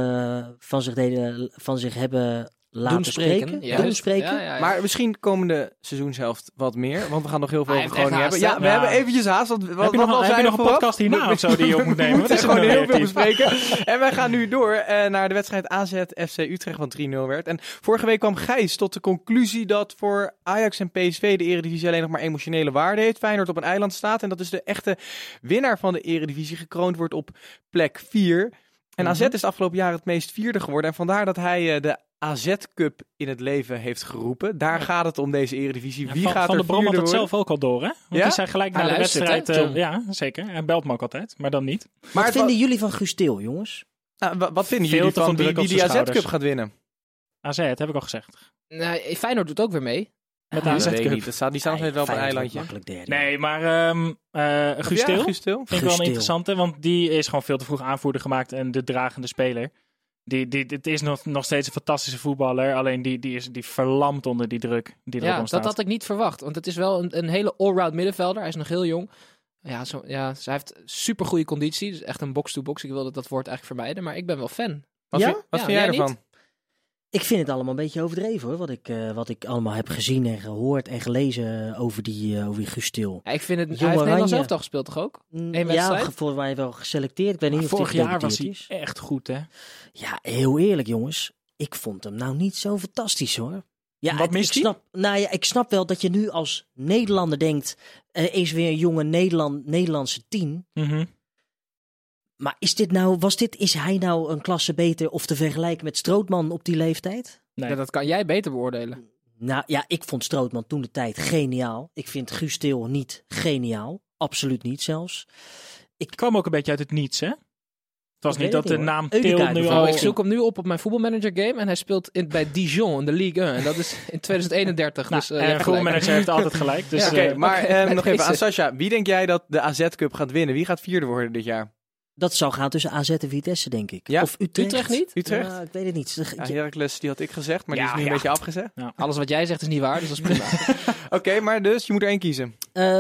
van zich hebben laten spreken. Doen spreken. Ja. Maar misschien komende seizoenshelft wat meer. Want we gaan nog heel veel over Groningen hebben. Ja, we hebben eventjes haast. Heb je nog een podcast hierna of zo die je op moet nemen? We gewoon heel veel bespreken. En wij gaan nu door naar de wedstrijd AZ FC Utrecht, wat 3-0 werd. En vorige week kwam Gijs tot de conclusie dat voor Ajax en PSV de Eredivisie alleen nog maar emotionele waarde heeft. Feyenoord op een eiland staat. En dat dus de echte winnaar van de Eredivisie gekroond wordt op plek 4. En AZ is de afgelopen jaren het meest vierde geworden. En vandaar dat hij de AZ Cup in het leven heeft geroepen. Daar gaat het om deze Eredivisie. Wie gaat Van er de Brom had het worden? zelf ook al door, hè? Want die zei gelijk na de wedstrijd... ja, zeker. Hij belt me ook altijd, maar dan niet. Maar wat vinden jullie van Guus Til, jongens? Wat vinden jullie van die AZ Cup gaat winnen? AZ, heb ik al gezegd. Nee, Feyenoord doet ook weer mee. Met de AZ Cup. Die staan nog steeds wel op een eilandje. Nee, maar Guus Til vind ik wel een interessante. Want die is gewoon veel te vroeg aanvoerder gemaakt en de dragende speler. Het is nog steeds een fantastische voetballer. Alleen die verlamt onder die druk die erop staat. Dat had ik niet verwacht. Want het is wel een hele all-round middenvelder. Hij is nog heel jong. Hij heeft super goede conditie. Dus echt een box-to-box. Ik wilde dat woord eigenlijk vermijden. Maar ik ben wel fan. Wat vind jij ervan? Niet? Ik vind het allemaal een beetje overdreven hoor. Wat ik allemaal heb gezien en gehoord en gelezen over die Guus Til. Ja, ik vind het. Hij heeft Nederlands elftal gespeeld toch ook? Volgens mij wel geselecteerd. Ik weet niet of vorig jaar was hij echt goed, hè? Ja, heel eerlijk jongens. Ik vond hem nou niet zo fantastisch hoor. Ja, Wat mist hij? Ik snap wel dat je nu als Nederlander denkt... is weer een jonge Nederlandse 10. Mm-hmm. Maar is hij nou een klasse beter of te vergelijken met Strootman op die leeftijd? Nee. Ja, dat kan jij beter beoordelen. Nou ja, ik vond Strootman toen de tijd geniaal. Ik vind Guus Til niet geniaal. Absoluut niet zelfs. Ik kwam ook een beetje uit het niets, hè? Het was niet dat de naam Eudekaart Til nu al... Ik zoek hem nu op mijn voetbalmanager game en hij speelt bij Dijon in de Ligue 1. En dat is in 2031. Nou, dus, en voetbalmanager heeft altijd gelijk. Dus, Oké, maar nog even aan Deze. Sascha. Wie denk jij dat de AZ Cup gaat winnen? Wie gaat vierde worden dit jaar? Dat zou gaan tussen AZ en Vitesse, denk ik. Ja. Of Utrecht. Utrecht niet? Utrecht? Ja, ik weet het niet. Ja, Heracles, die had ik gezegd, maar die is nu een beetje afgezegd. Alles wat jij zegt is niet waar, dus dat is prima. Oké, maar dus je moet er één kiezen.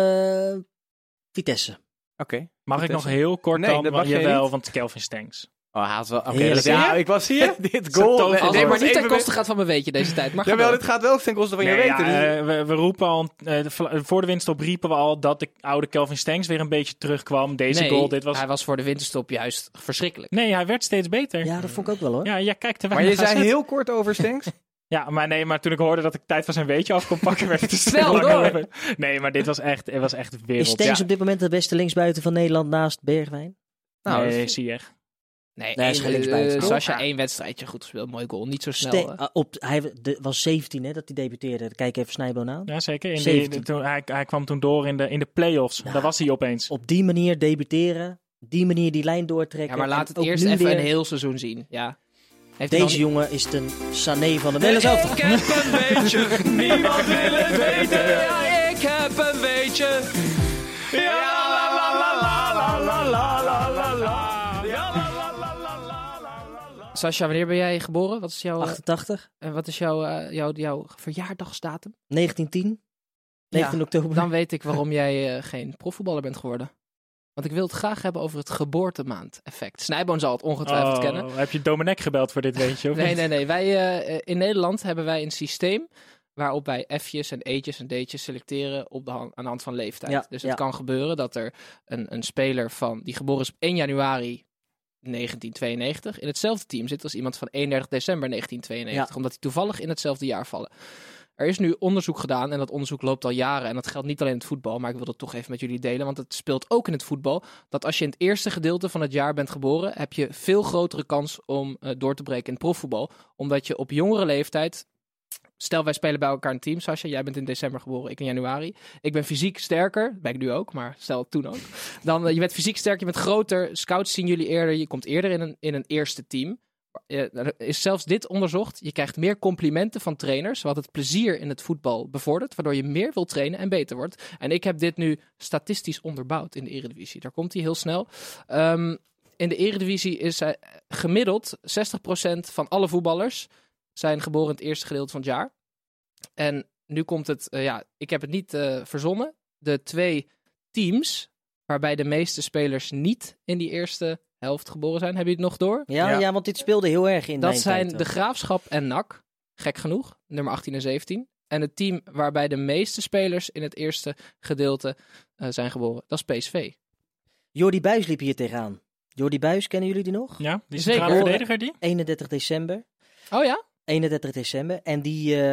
Vitesse. Oké. Mag ik nog heel kort Nee, dan? dat mag jij Jawel, niet. want Kelvin Stenks. Oh, hij had wel... Oké, Heerlijk. ja, ik was hier. Dit goal. tof. Nee, dit maar was niet ten even- koste gaat van mijn weetje deze tijd. Maar Jawel, dit gaat wel ten koste van je Nee, weten. dus- we roepen al, voor de winststop riepen we al dat de oude Kelvin Stenks weer een beetje terugkwam. Deze goal, dit was... hij was voor de winterstop juist verschrikkelijk. Nee, hij werd steeds beter. Ja, dat vond ik ook wel hoor. Ja, jij kijkt te Maar je weinig zei AZ. heel kort over Stenks. Ja, maar toen ik hoorde dat ik tijd van zijn weetje af kon pakken, werd het te Snel snel. door. Nee, maar dit was echt Is wereld. Stenks op dit moment de beste linksbuiten van Nederland naast Bergwijn? Nou, Nee, dus- zie je. Nee, Nee, is geen linksbuiten, toch? Sascha, 1 wedstrijdje goed gespeeld. Mooi goal. Niet zo snel. Hij was 17 hè, dat hij debuteerde. Kijk even Snijboon aan. Ja, zeker. 17. Hij kwam toen door in de play-offs. Ja. Daar was hij opeens. Op die manier debuteren. Die manier die lijn doortrekken. Ja, maar laat en het ook eerst nu even weer- een heel seizoen zien. Ja. Heeft hij Deze nog- jongen is de Sané van de Nederlands elftal. Ik heb een beetje, niemand wil het weten. Ja, ik heb een beetje. Ja, la la la la la la la la la la. Ja, la la la la la la la. Sascha, wanneer ben jij geboren? Wat is jouw, 88, wat is jouw verjaardagsdatum? 1910, 19 oktober. Dan weet ik waarom jij geen profvoetballer bent geworden. Want ik wil het graag hebben over het geboortemaand-effect. Snijboon zal het ongetwijfeld kennen. Heb je Domenech gebeld voor dit weetje? Of niet? Nee. Wij, in Nederland hebben wij een systeem waarop wij F'jes en E'tjes en D'tjes selecteren aan de hand van leeftijd. Ja, dus het ja. kan gebeuren dat er een speler die geboren is op 1 januari 1992 in hetzelfde team zit als iemand van 31 december 1992. Ja. Omdat die toevallig in hetzelfde jaar vallen. Er is nu onderzoek gedaan en dat onderzoek loopt al jaren. En dat geldt niet alleen in het voetbal, maar ik wil dat toch even met jullie delen. Want het speelt ook in het voetbal. Dat als je in het eerste gedeelte van het jaar bent geboren, heb je veel grotere kans om door te breken in het profvoetbal. Omdat je op jongere leeftijd... Stel, wij spelen bij elkaar een team. Sascha, jij bent in december geboren, ik in januari. Ik ben fysiek sterker, ben ik nu ook, maar stel toen ook. Dan, je bent fysiek sterker, je bent groter. Scouts zien jullie eerder, je komt eerder in een eerste team. Er is zelfs dit onderzocht. Je krijgt meer complimenten van trainers, wat het plezier in het voetbal bevordert, waardoor je meer wilt trainen en beter wordt. En ik heb dit nu statistisch onderbouwd in de Eredivisie. Daar komt hij heel snel. In de Eredivisie is gemiddeld 60% van alle voetballers zijn geboren in het eerste gedeelte van het jaar. En nu komt het, ik heb het niet verzonnen. De 2 teams waarbij de meeste spelers niet in die eerste helft geboren zijn. Hebben jullie het nog door? Ja, want dit speelde heel erg in Dat mijn zijn tijd, de Graafschap en NAC. Gek genoeg, nummer 18 en 17. En het team waarbij de meeste spelers in het eerste gedeelte zijn geboren, dat is PSV. Jordi Buijs liep hier tegenaan. Jordi Buijs, kennen jullie die nog? Ja, die Zeker. centrale verdediger die? 31 december. Oh ja? 31 december. En die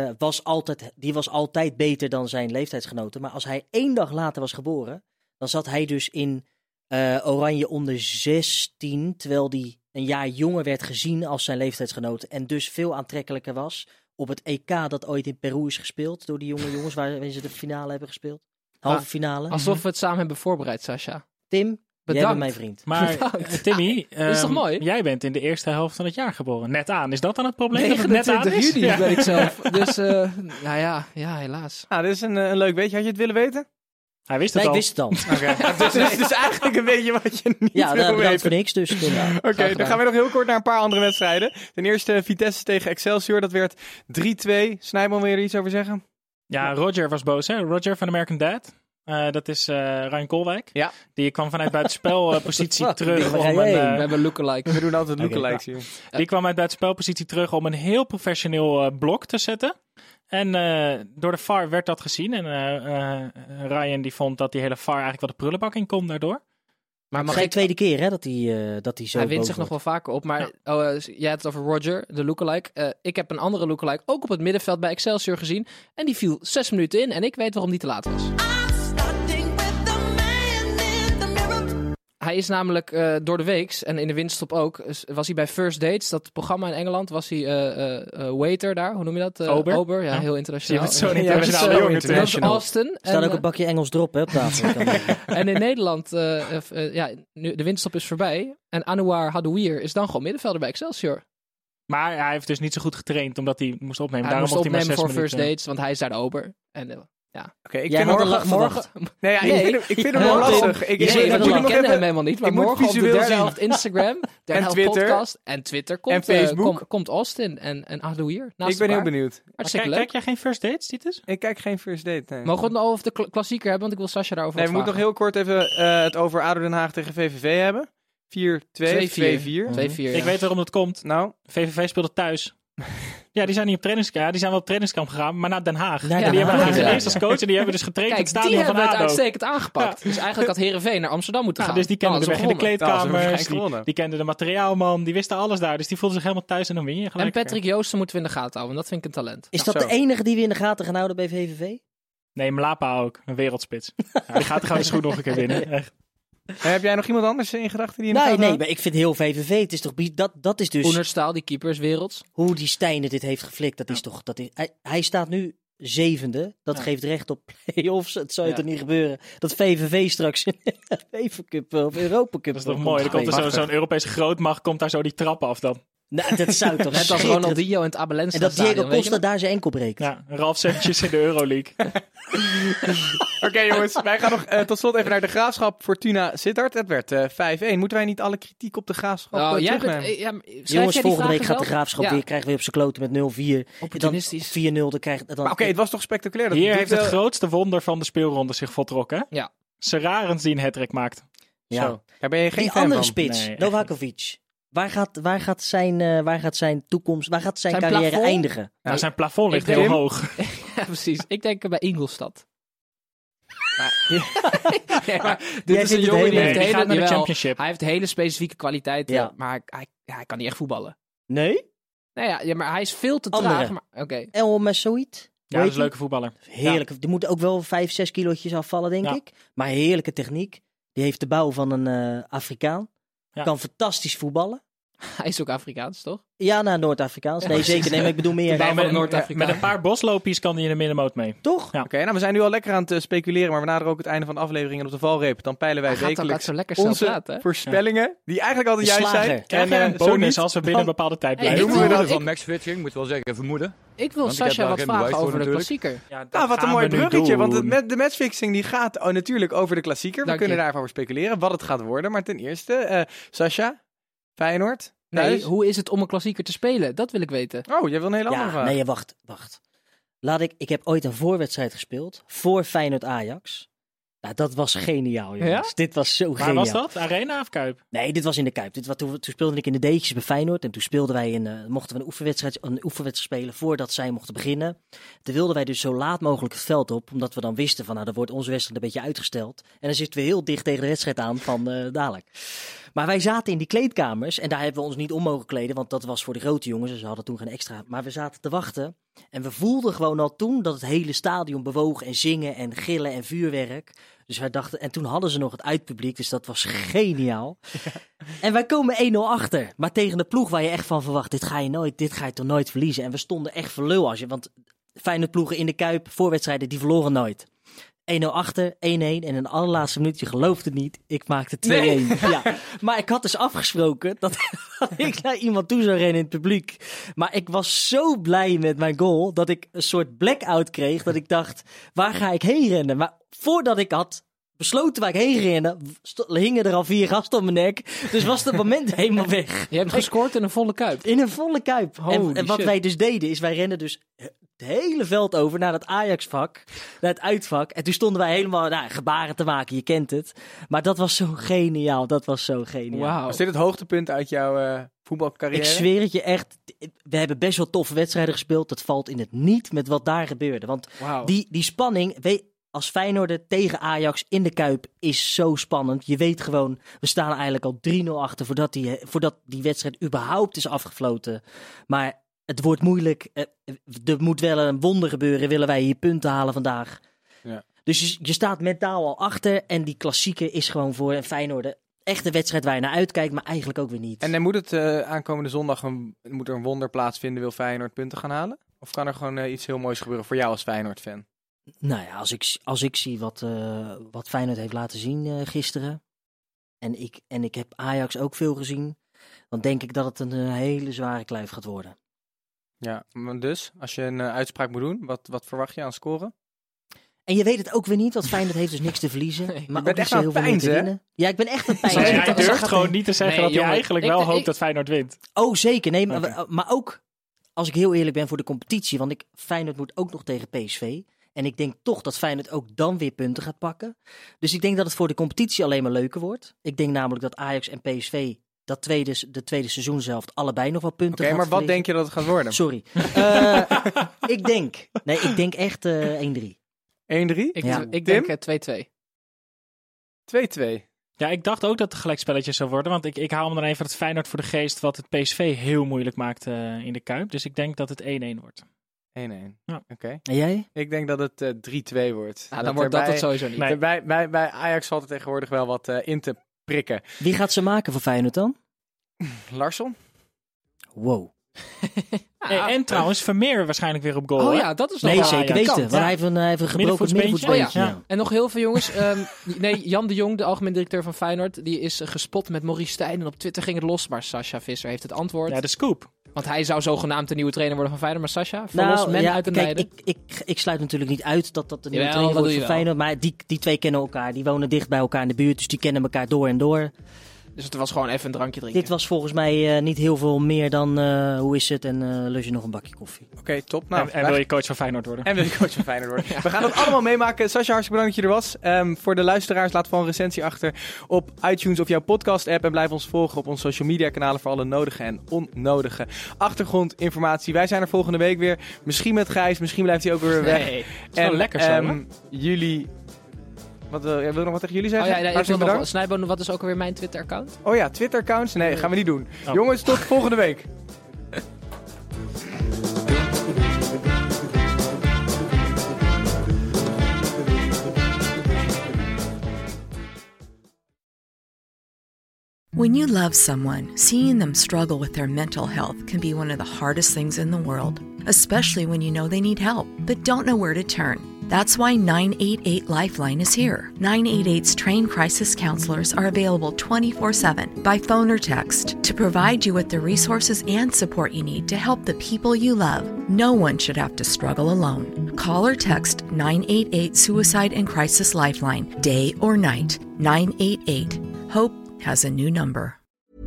was altijd beter dan zijn leeftijdsgenoten. Maar als hij 1 dag later was geboren, dan zat hij dus in Oranje onder 16. Terwijl hij een jaar jonger werd gezien als zijn leeftijdsgenoot. En dus veel aantrekkelijker was op het EK dat ooit in Peru is gespeeld. Door die jonge jongens waarin ze de finale hebben gespeeld. Halve finale. Alsof we het samen hebben voorbereid, Sascha. Tim, jij Bedankt. bent mijn vriend. Maar Timmy, Dat is toch mooi? Jij bent in de eerste helft van het jaar geboren. Net aan. Is dat dan het probleem? Dat het net aan 29 is? juni Ja. ben ik zelf. Dus, ja, helaas. Nou, dit is een leuk weetje. Had je het willen weten? Hij wist Nee, het ik al. wist het al. Het is eigenlijk een beetje wat je niet Ja, wil bedankt weten. voor niks. Dus, Oké, dan gaan we nog heel kort naar een paar andere wedstrijden. Ten eerste Vitesse tegen Excelsior. Dat werd 3-2. Snijboom, wil je er iets over zeggen? Ja, Roger was boos, hè? Roger van American Dad. Dat is Ryan Koolwijk. Ja. Die kwam vanuit buitenspelpositie terug Waar ga om jij heen? een... We hebben lookalike. We doen altijd Oké, lookalikes hier. Die kwam uit buitenspelpositie terug om een heel professioneel blok te zetten. En door de VAR werd dat gezien. En Ryan die vond dat die hele VAR eigenlijk wel de prullenbak in kon daardoor. Maar het is geen tweede keer hè, dat hij zo Hij wint zich boven nog wel vaker op. Maar jij hebt het over Roger, de lookalike. Ik heb een andere lookalike ook op het middenveld bij Excelsior gezien. En die viel 6 minuten in. En ik weet waarom die te laat was. Hij is namelijk door de weeks en in de winterstop ook, was hij bij First Dates, dat programma in Engeland, was hij waiter daar, hoe noem je dat? Ober, ja, heel internationaal. Je bent zo internationaal. Dat is Austin. Er staat ook een bakje Engels drop hè, op tafel. En in Nederland, nu de winterstop is voorbij en Anouar Hadouier is dan gewoon middenvelder bij Excelsior. Maar hij heeft dus niet zo goed getraind, omdat hij moest opnemen. Hij Daarom moest opnemen hij voor First Dates, want hij is daar de Ober. En Oké, ik Jij vind had een lach morgen... verwacht. Nee, ja, ik vind hem wel lastig. Ik ken hem helemaal niet, maar ik moet morgen op de visueel derde zien. helft Instagram, derde helft Twitter. podcast en Twitter komt, En Facebook. komt Austin en Hadouier naast Ik ben heel elkaar. benieuwd. Hartstikke leuk. Kijk jij geen First Dates, Titus? Ik kijk geen First Date. Nee. Mogen we het nog over de klassieker hebben, want ik wil Sascha daarover Nee, we moeten nog heel kort even het over ADO Den Haag tegen VVV hebben. 4-2, 2-4. 2-4. Ik weet waarom dat komt. Nou, VVV speelde thuis. Ja, die zijn niet op trainingskamp. Ja, die zijn wel op trainingskamp gegaan, maar naar Den Haag. Naar En Den die hebben Haag. daar geweest als coach en die hebben dus getraind in Kijk, het die stadion van hebben het ADO. uitstekend aangepakt. Dus eigenlijk had Heerenveen naar Amsterdam moeten gaan. Dus die kenden de Nou, weg in de gewonnen. Nou, ze hebben kleedkamers, waarschijnlijk gewonnen. die kenden de materiaalman, die wisten alles daar. Dus die voelden zich helemaal thuis en dan win je En gelijk. Patrick Joosten moeten we in de gaten houden, want dat vind ik een talent. Is dat Zo. de enige die we in de gaten gaan houden bij VVV? Nee, Mlapa ook. Een wereldspits. Ja, die gaat de gouden schoen nog een keer winnen. Echt. heb jij nog iemand anders in gedachten die in de gaten Nee, houdt? maar ik vind heel VVV. Het is toch dat is dus Oenerstaal, die keeper is werelds. hoe die Stijnen dit heeft geflikt. Dat is toch hij staat nu 7e. Dat geeft recht op play-offs. Het zou toch niet gebeuren dat VVV straks in de UEFA Cup of Europa Cup. Dat is toch mooi. Dan komt er zo'n Europese grootmacht, komt daar zo die trappen af dan. Nou, dat zou toch Net als schitterend. Ronaldinho in het Abelensta En dat Diego stadion, weet je Costa daar zijn enkel breekt. Ja, Ralf Seuntjes in de Euroleague. Oké, jongens, wij gaan nog tot slot even naar de Graafschap Fortuna Sittard. Het werd 5-1. Moeten wij niet alle kritiek op de Graafschap nog? Jij terugnemen? bent, schrijf Jongens, jij die volgende week vragen gaat de zelf? Graafschap Ja. weer, krijgen we op zijn kloten met 0-4. Opportunistisch. 4-0, dan krijgt dan. Maar oké, het was toch spectaculair. Hier dit heeft het wel- grootste wonder van de speelronde zich voltrokken. Ja. Serarens die een hat-trick maakt. Ja. Zo. Daar ben je geen Die fan andere van. spits, Nee, echt Novakovic. Waar gaat zijn toekomst, waar gaat zijn carrière plafond? eindigen? Nou, zijn plafond ligt ik heel denk- hoog. Ja, precies. Ik denk bij Ingolstad. Jij Dit is vindt een het jongen die helemaal- heeft die gaat naar de jawel, Championship. Hij heeft hele specifieke kwaliteiten, Ja. maar hij kan niet echt voetballen. Nee? Nou ja, maar hij is veel te Andere. traag. Maar, oké. El Messoud? Ja, dat is een leuke voetballer. Heerlijk. Die moet ook wel 5-6 kilootjes afvallen, denk Ja. ik. Maar heerlijke techniek. Die heeft de bouw van een Afrikaan. Ja. Kan fantastisch voetballen. Hij is ook Afrikaans, toch? Ja, naar Noord-Afrikaans. Nee, zeker. Nee, maar ik bedoel meer. bouw van met, een Noord-Afrikaan. met een paar boslopies kan hij in de middenmoot mee. Toch? Ja. Oké, nou we zijn nu al lekker aan het speculeren, maar we naderen ook het einde van de aflevering en op de valreep. Dan peilen wij Hij gaat ook wekelijks zo lekker snel onze praten. hè? voorspellingen, die eigenlijk altijd De juist slager. zijn. Krijg je een zo bonus niet, als we binnen een bepaalde tijd Hey, blijven. ik Noemen we wil- dat ik- van Max Fitching, moet wel zeggen, vermoeden. Ik wil Want ik heb Sascha daar wat geen vragen bewijs voor over de natuurlijk. klassieker. Ja, dat Nou, wat een gaan mooi we nu bruggetje, want doen. de matchfixing die gaat natuurlijk over de klassieker. We Dank kunnen je. daarover speculeren wat het gaat worden. Maar ten eerste, Sascha, Feyenoord, Nee, thuis. hoe is het om een klassieker te spelen? Dat wil ik weten. Oh, jij wil een hele andere Ja, vraag. nee, wacht. Ik heb ooit een voorwedstrijd gespeeld. Voor Feyenoord-Ajax. Nou, dat was geniaal, jongens. Ja? Dit was zo Waar geniaal. was dat? Arena of Kuip? Nee, dit was in de Kuip. Toen speelde ik in de D'tjes bij Feyenoord. En toen speelden wij mochten we een oefenwedstrijd spelen voordat zij mochten beginnen. Toen wilden wij dus zo laat mogelijk het veld op. Omdat we dan wisten van, nou, dan wordt onze wedstrijd een beetje uitgesteld. En dan zitten we heel dicht tegen de wedstrijd aan van dadelijk. Maar wij zaten in die kleedkamers. En daar hebben we ons niet om mogen kleden. Want dat was voor de grote jongens. Dus ze hadden toen geen extra. Maar we zaten te wachten. En we voelden gewoon al toen dat het hele stadion bewoog. En zingen en gillen en vuurwerk. Dus wij dachten, en toen hadden ze nog het uitpubliek, dus dat was geniaal. En wij komen 1-0 achter. Maar tegen de ploeg waar je echt van verwacht, dit ga je toch nooit verliezen. En we stonden echt voor lul want Feyenoord ploegen in de Kuip, voorwedstrijden, die verloren nooit. 1-0 achter, 1-1 en in de allerlaatste minuut, je gelooft het niet, ik maakte 2-1. Ja. Maar ik had dus afgesproken dat ik naar iemand toe zou rennen in het publiek. Maar ik was zo blij met mijn goal dat ik een soort blackout kreeg. Dat ik dacht, waar ga ik heen rennen? Maar voordat ik had besloten waar ik heen rende, hingen er al 4 gasten om mijn nek. Dus was het moment helemaal weg. Je hebt gescoord in een volle Kuip. In een volle Kuip. Holy En wat shit. wij dus deden, is wij renden dus het hele veld over naar het Ajax-vak, naar het uitvak. En toen stonden wij helemaal gebaren te maken, je kent het. Maar dat was zo geniaal, Wauw. Was dit het hoogtepunt uit jouw voetbalcarrière? Ik zweer het je echt, we hebben best wel toffe wedstrijden gespeeld. Dat valt in het niet met wat daar gebeurde. Want Wauw. die spanning, als Feyenoord tegen Ajax in de Kuip is zo spannend. Je weet gewoon, we staan eigenlijk al 3-0 achter voordat die wedstrijd überhaupt is afgefloten. Maar het wordt moeilijk. Er moet wel een wonder gebeuren, willen wij hier punten halen vandaag. Ja. Dus je staat mentaal al achter en die klassieke is gewoon voor een Feyenoord echt een wedstrijd waar je naar uitkijkt, maar eigenlijk ook weer niet. En dan moet het aankomende zondag moet er een wonder plaatsvinden, wil Feyenoord punten gaan halen? Of kan er gewoon iets heel moois gebeuren voor jou als Feyenoord-fan? Nou ja, als ik zie wat Feyenoord heeft laten zien gisteren, en ik heb Ajax ook veel gezien, dan denk ik dat het een hele zware kluif gaat worden. Ja, dus als je een uitspraak moet doen, wat verwacht je aan scoren? En je weet het ook weer niet, want Feyenoord heeft dus niks te verliezen. Nee, maar ook niet zo heel veel meer te winnen. Ja, ik ben echt een pijnzer. Hij durft gewoon niet te zeggen dat hij eigenlijk wel hoopt dat Feyenoord wint. Oh, zeker. Nee, maar ook, als ik heel eerlijk ben, voor de competitie. Want Feyenoord moet ook nog tegen PSV. En ik denk toch dat Feyenoord ook dan weer punten gaat pakken. Dus ik denk dat het voor de competitie alleen maar leuker wordt. Ik denk namelijk dat Ajax en PSV de tweede seizoenshelft allebei nog wel punten gaan maar wat denk je dat het gaat worden? Sorry. Ik denk echt 1-3. 1-3? Ik denk 2-2. 2-2. Ja, ik dacht ook dat het een gelijkspelletje zou worden. Want ik haal me dan even het Feyenoord voor de geest wat het PSV heel moeilijk maakt in de Kuip. Dus ik denk dat het 1-1 wordt. 1-1. Ja. Oké. En jij? Ik denk dat het 3-2 wordt. Nou, dan wordt dat het sowieso niet. Nee. Bij Ajax valt er tegenwoordig wel wat in te prikken. Wie gaat ze maken voor Feyenoord dan? Larsson. Wow. En trouwens, Vermeer waarschijnlijk weer op goal. Oh ja, dat is nog wel zeker weten. Want hij heeft een gebroken middenvoetsbeentje. Ja. En nog heel veel jongens. Jan de Jong, de algemeen directeur van Feyenoord, die is gespot met Maurice Stijn. En op Twitter ging het los. Maar Sascha Visser heeft het antwoord. Ja, de scoop. Want hij zou zogenaamd de nieuwe trainer worden van Feyenoord. Maar Sascha, verlos men uit de lijden. Ik sluit natuurlijk niet uit dat de nieuwe trainer wordt van Feyenoord. Maar die twee kennen elkaar. Die wonen dicht bij elkaar in de buurt. Dus die kennen elkaar door en door. Dus het was gewoon even een drankje drinken. Dit was volgens mij niet heel veel meer dan hoe is het en lus je nog een bakje koffie. Oké, top. Nou, en wil je coach van Feyenoord worden. Ja. We gaan het allemaal meemaken. Sascha, hartstikke bedankt dat je er was. Voor de luisteraars, laat gewoon een recensie achter op iTunes of jouw podcast-app. En blijf ons volgen op onze social media kanalen voor alle nodige en onnodige achtergrondinformatie. Wij zijn er volgende week weer. Misschien met Gijs, misschien blijft hij ook weer weg. Nee, het is wel lekker zo. Jullie... wil je nog wat tegen jullie zeggen? Ik wil nog Snijboon, wat is ook alweer mijn Twitter-account? Oh ja, Twitter-accounts? Nee, gaan we niet doen. Oh. Jongens, tot volgende week. When you love someone, seeing them struggle with their mental health can be one of the hardest things in the world, especially when you know they need help, but don't know where to turn. That's why 988 Lifeline is here. 988's trained crisis counselors are available 24/7 by phone or text to provide you with the resources and support you need to help the people you love. No one should have to struggle alone. Call or text 988 Suicide and Crisis Lifeline, day or night. 988. Hope has a new number.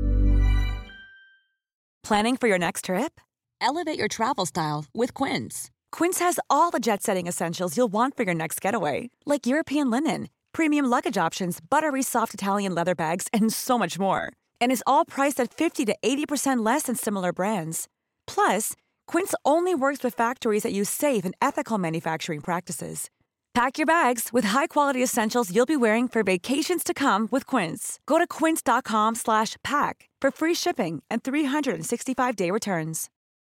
Planning for your next trip? Elevate your travel style with Quince. Quince has all the jet-setting essentials you'll want for your next getaway, like European linen, premium luggage options, buttery soft Italian leather bags, and so much more. And is all priced at 50 to 80% less than similar brands. Plus, Quince only works with factories that use safe and ethical manufacturing practices. Pack your bags with high-quality essentials you'll be wearing for vacations to come with Quince. Go to quince.com/pack for free shipping and 365-day returns.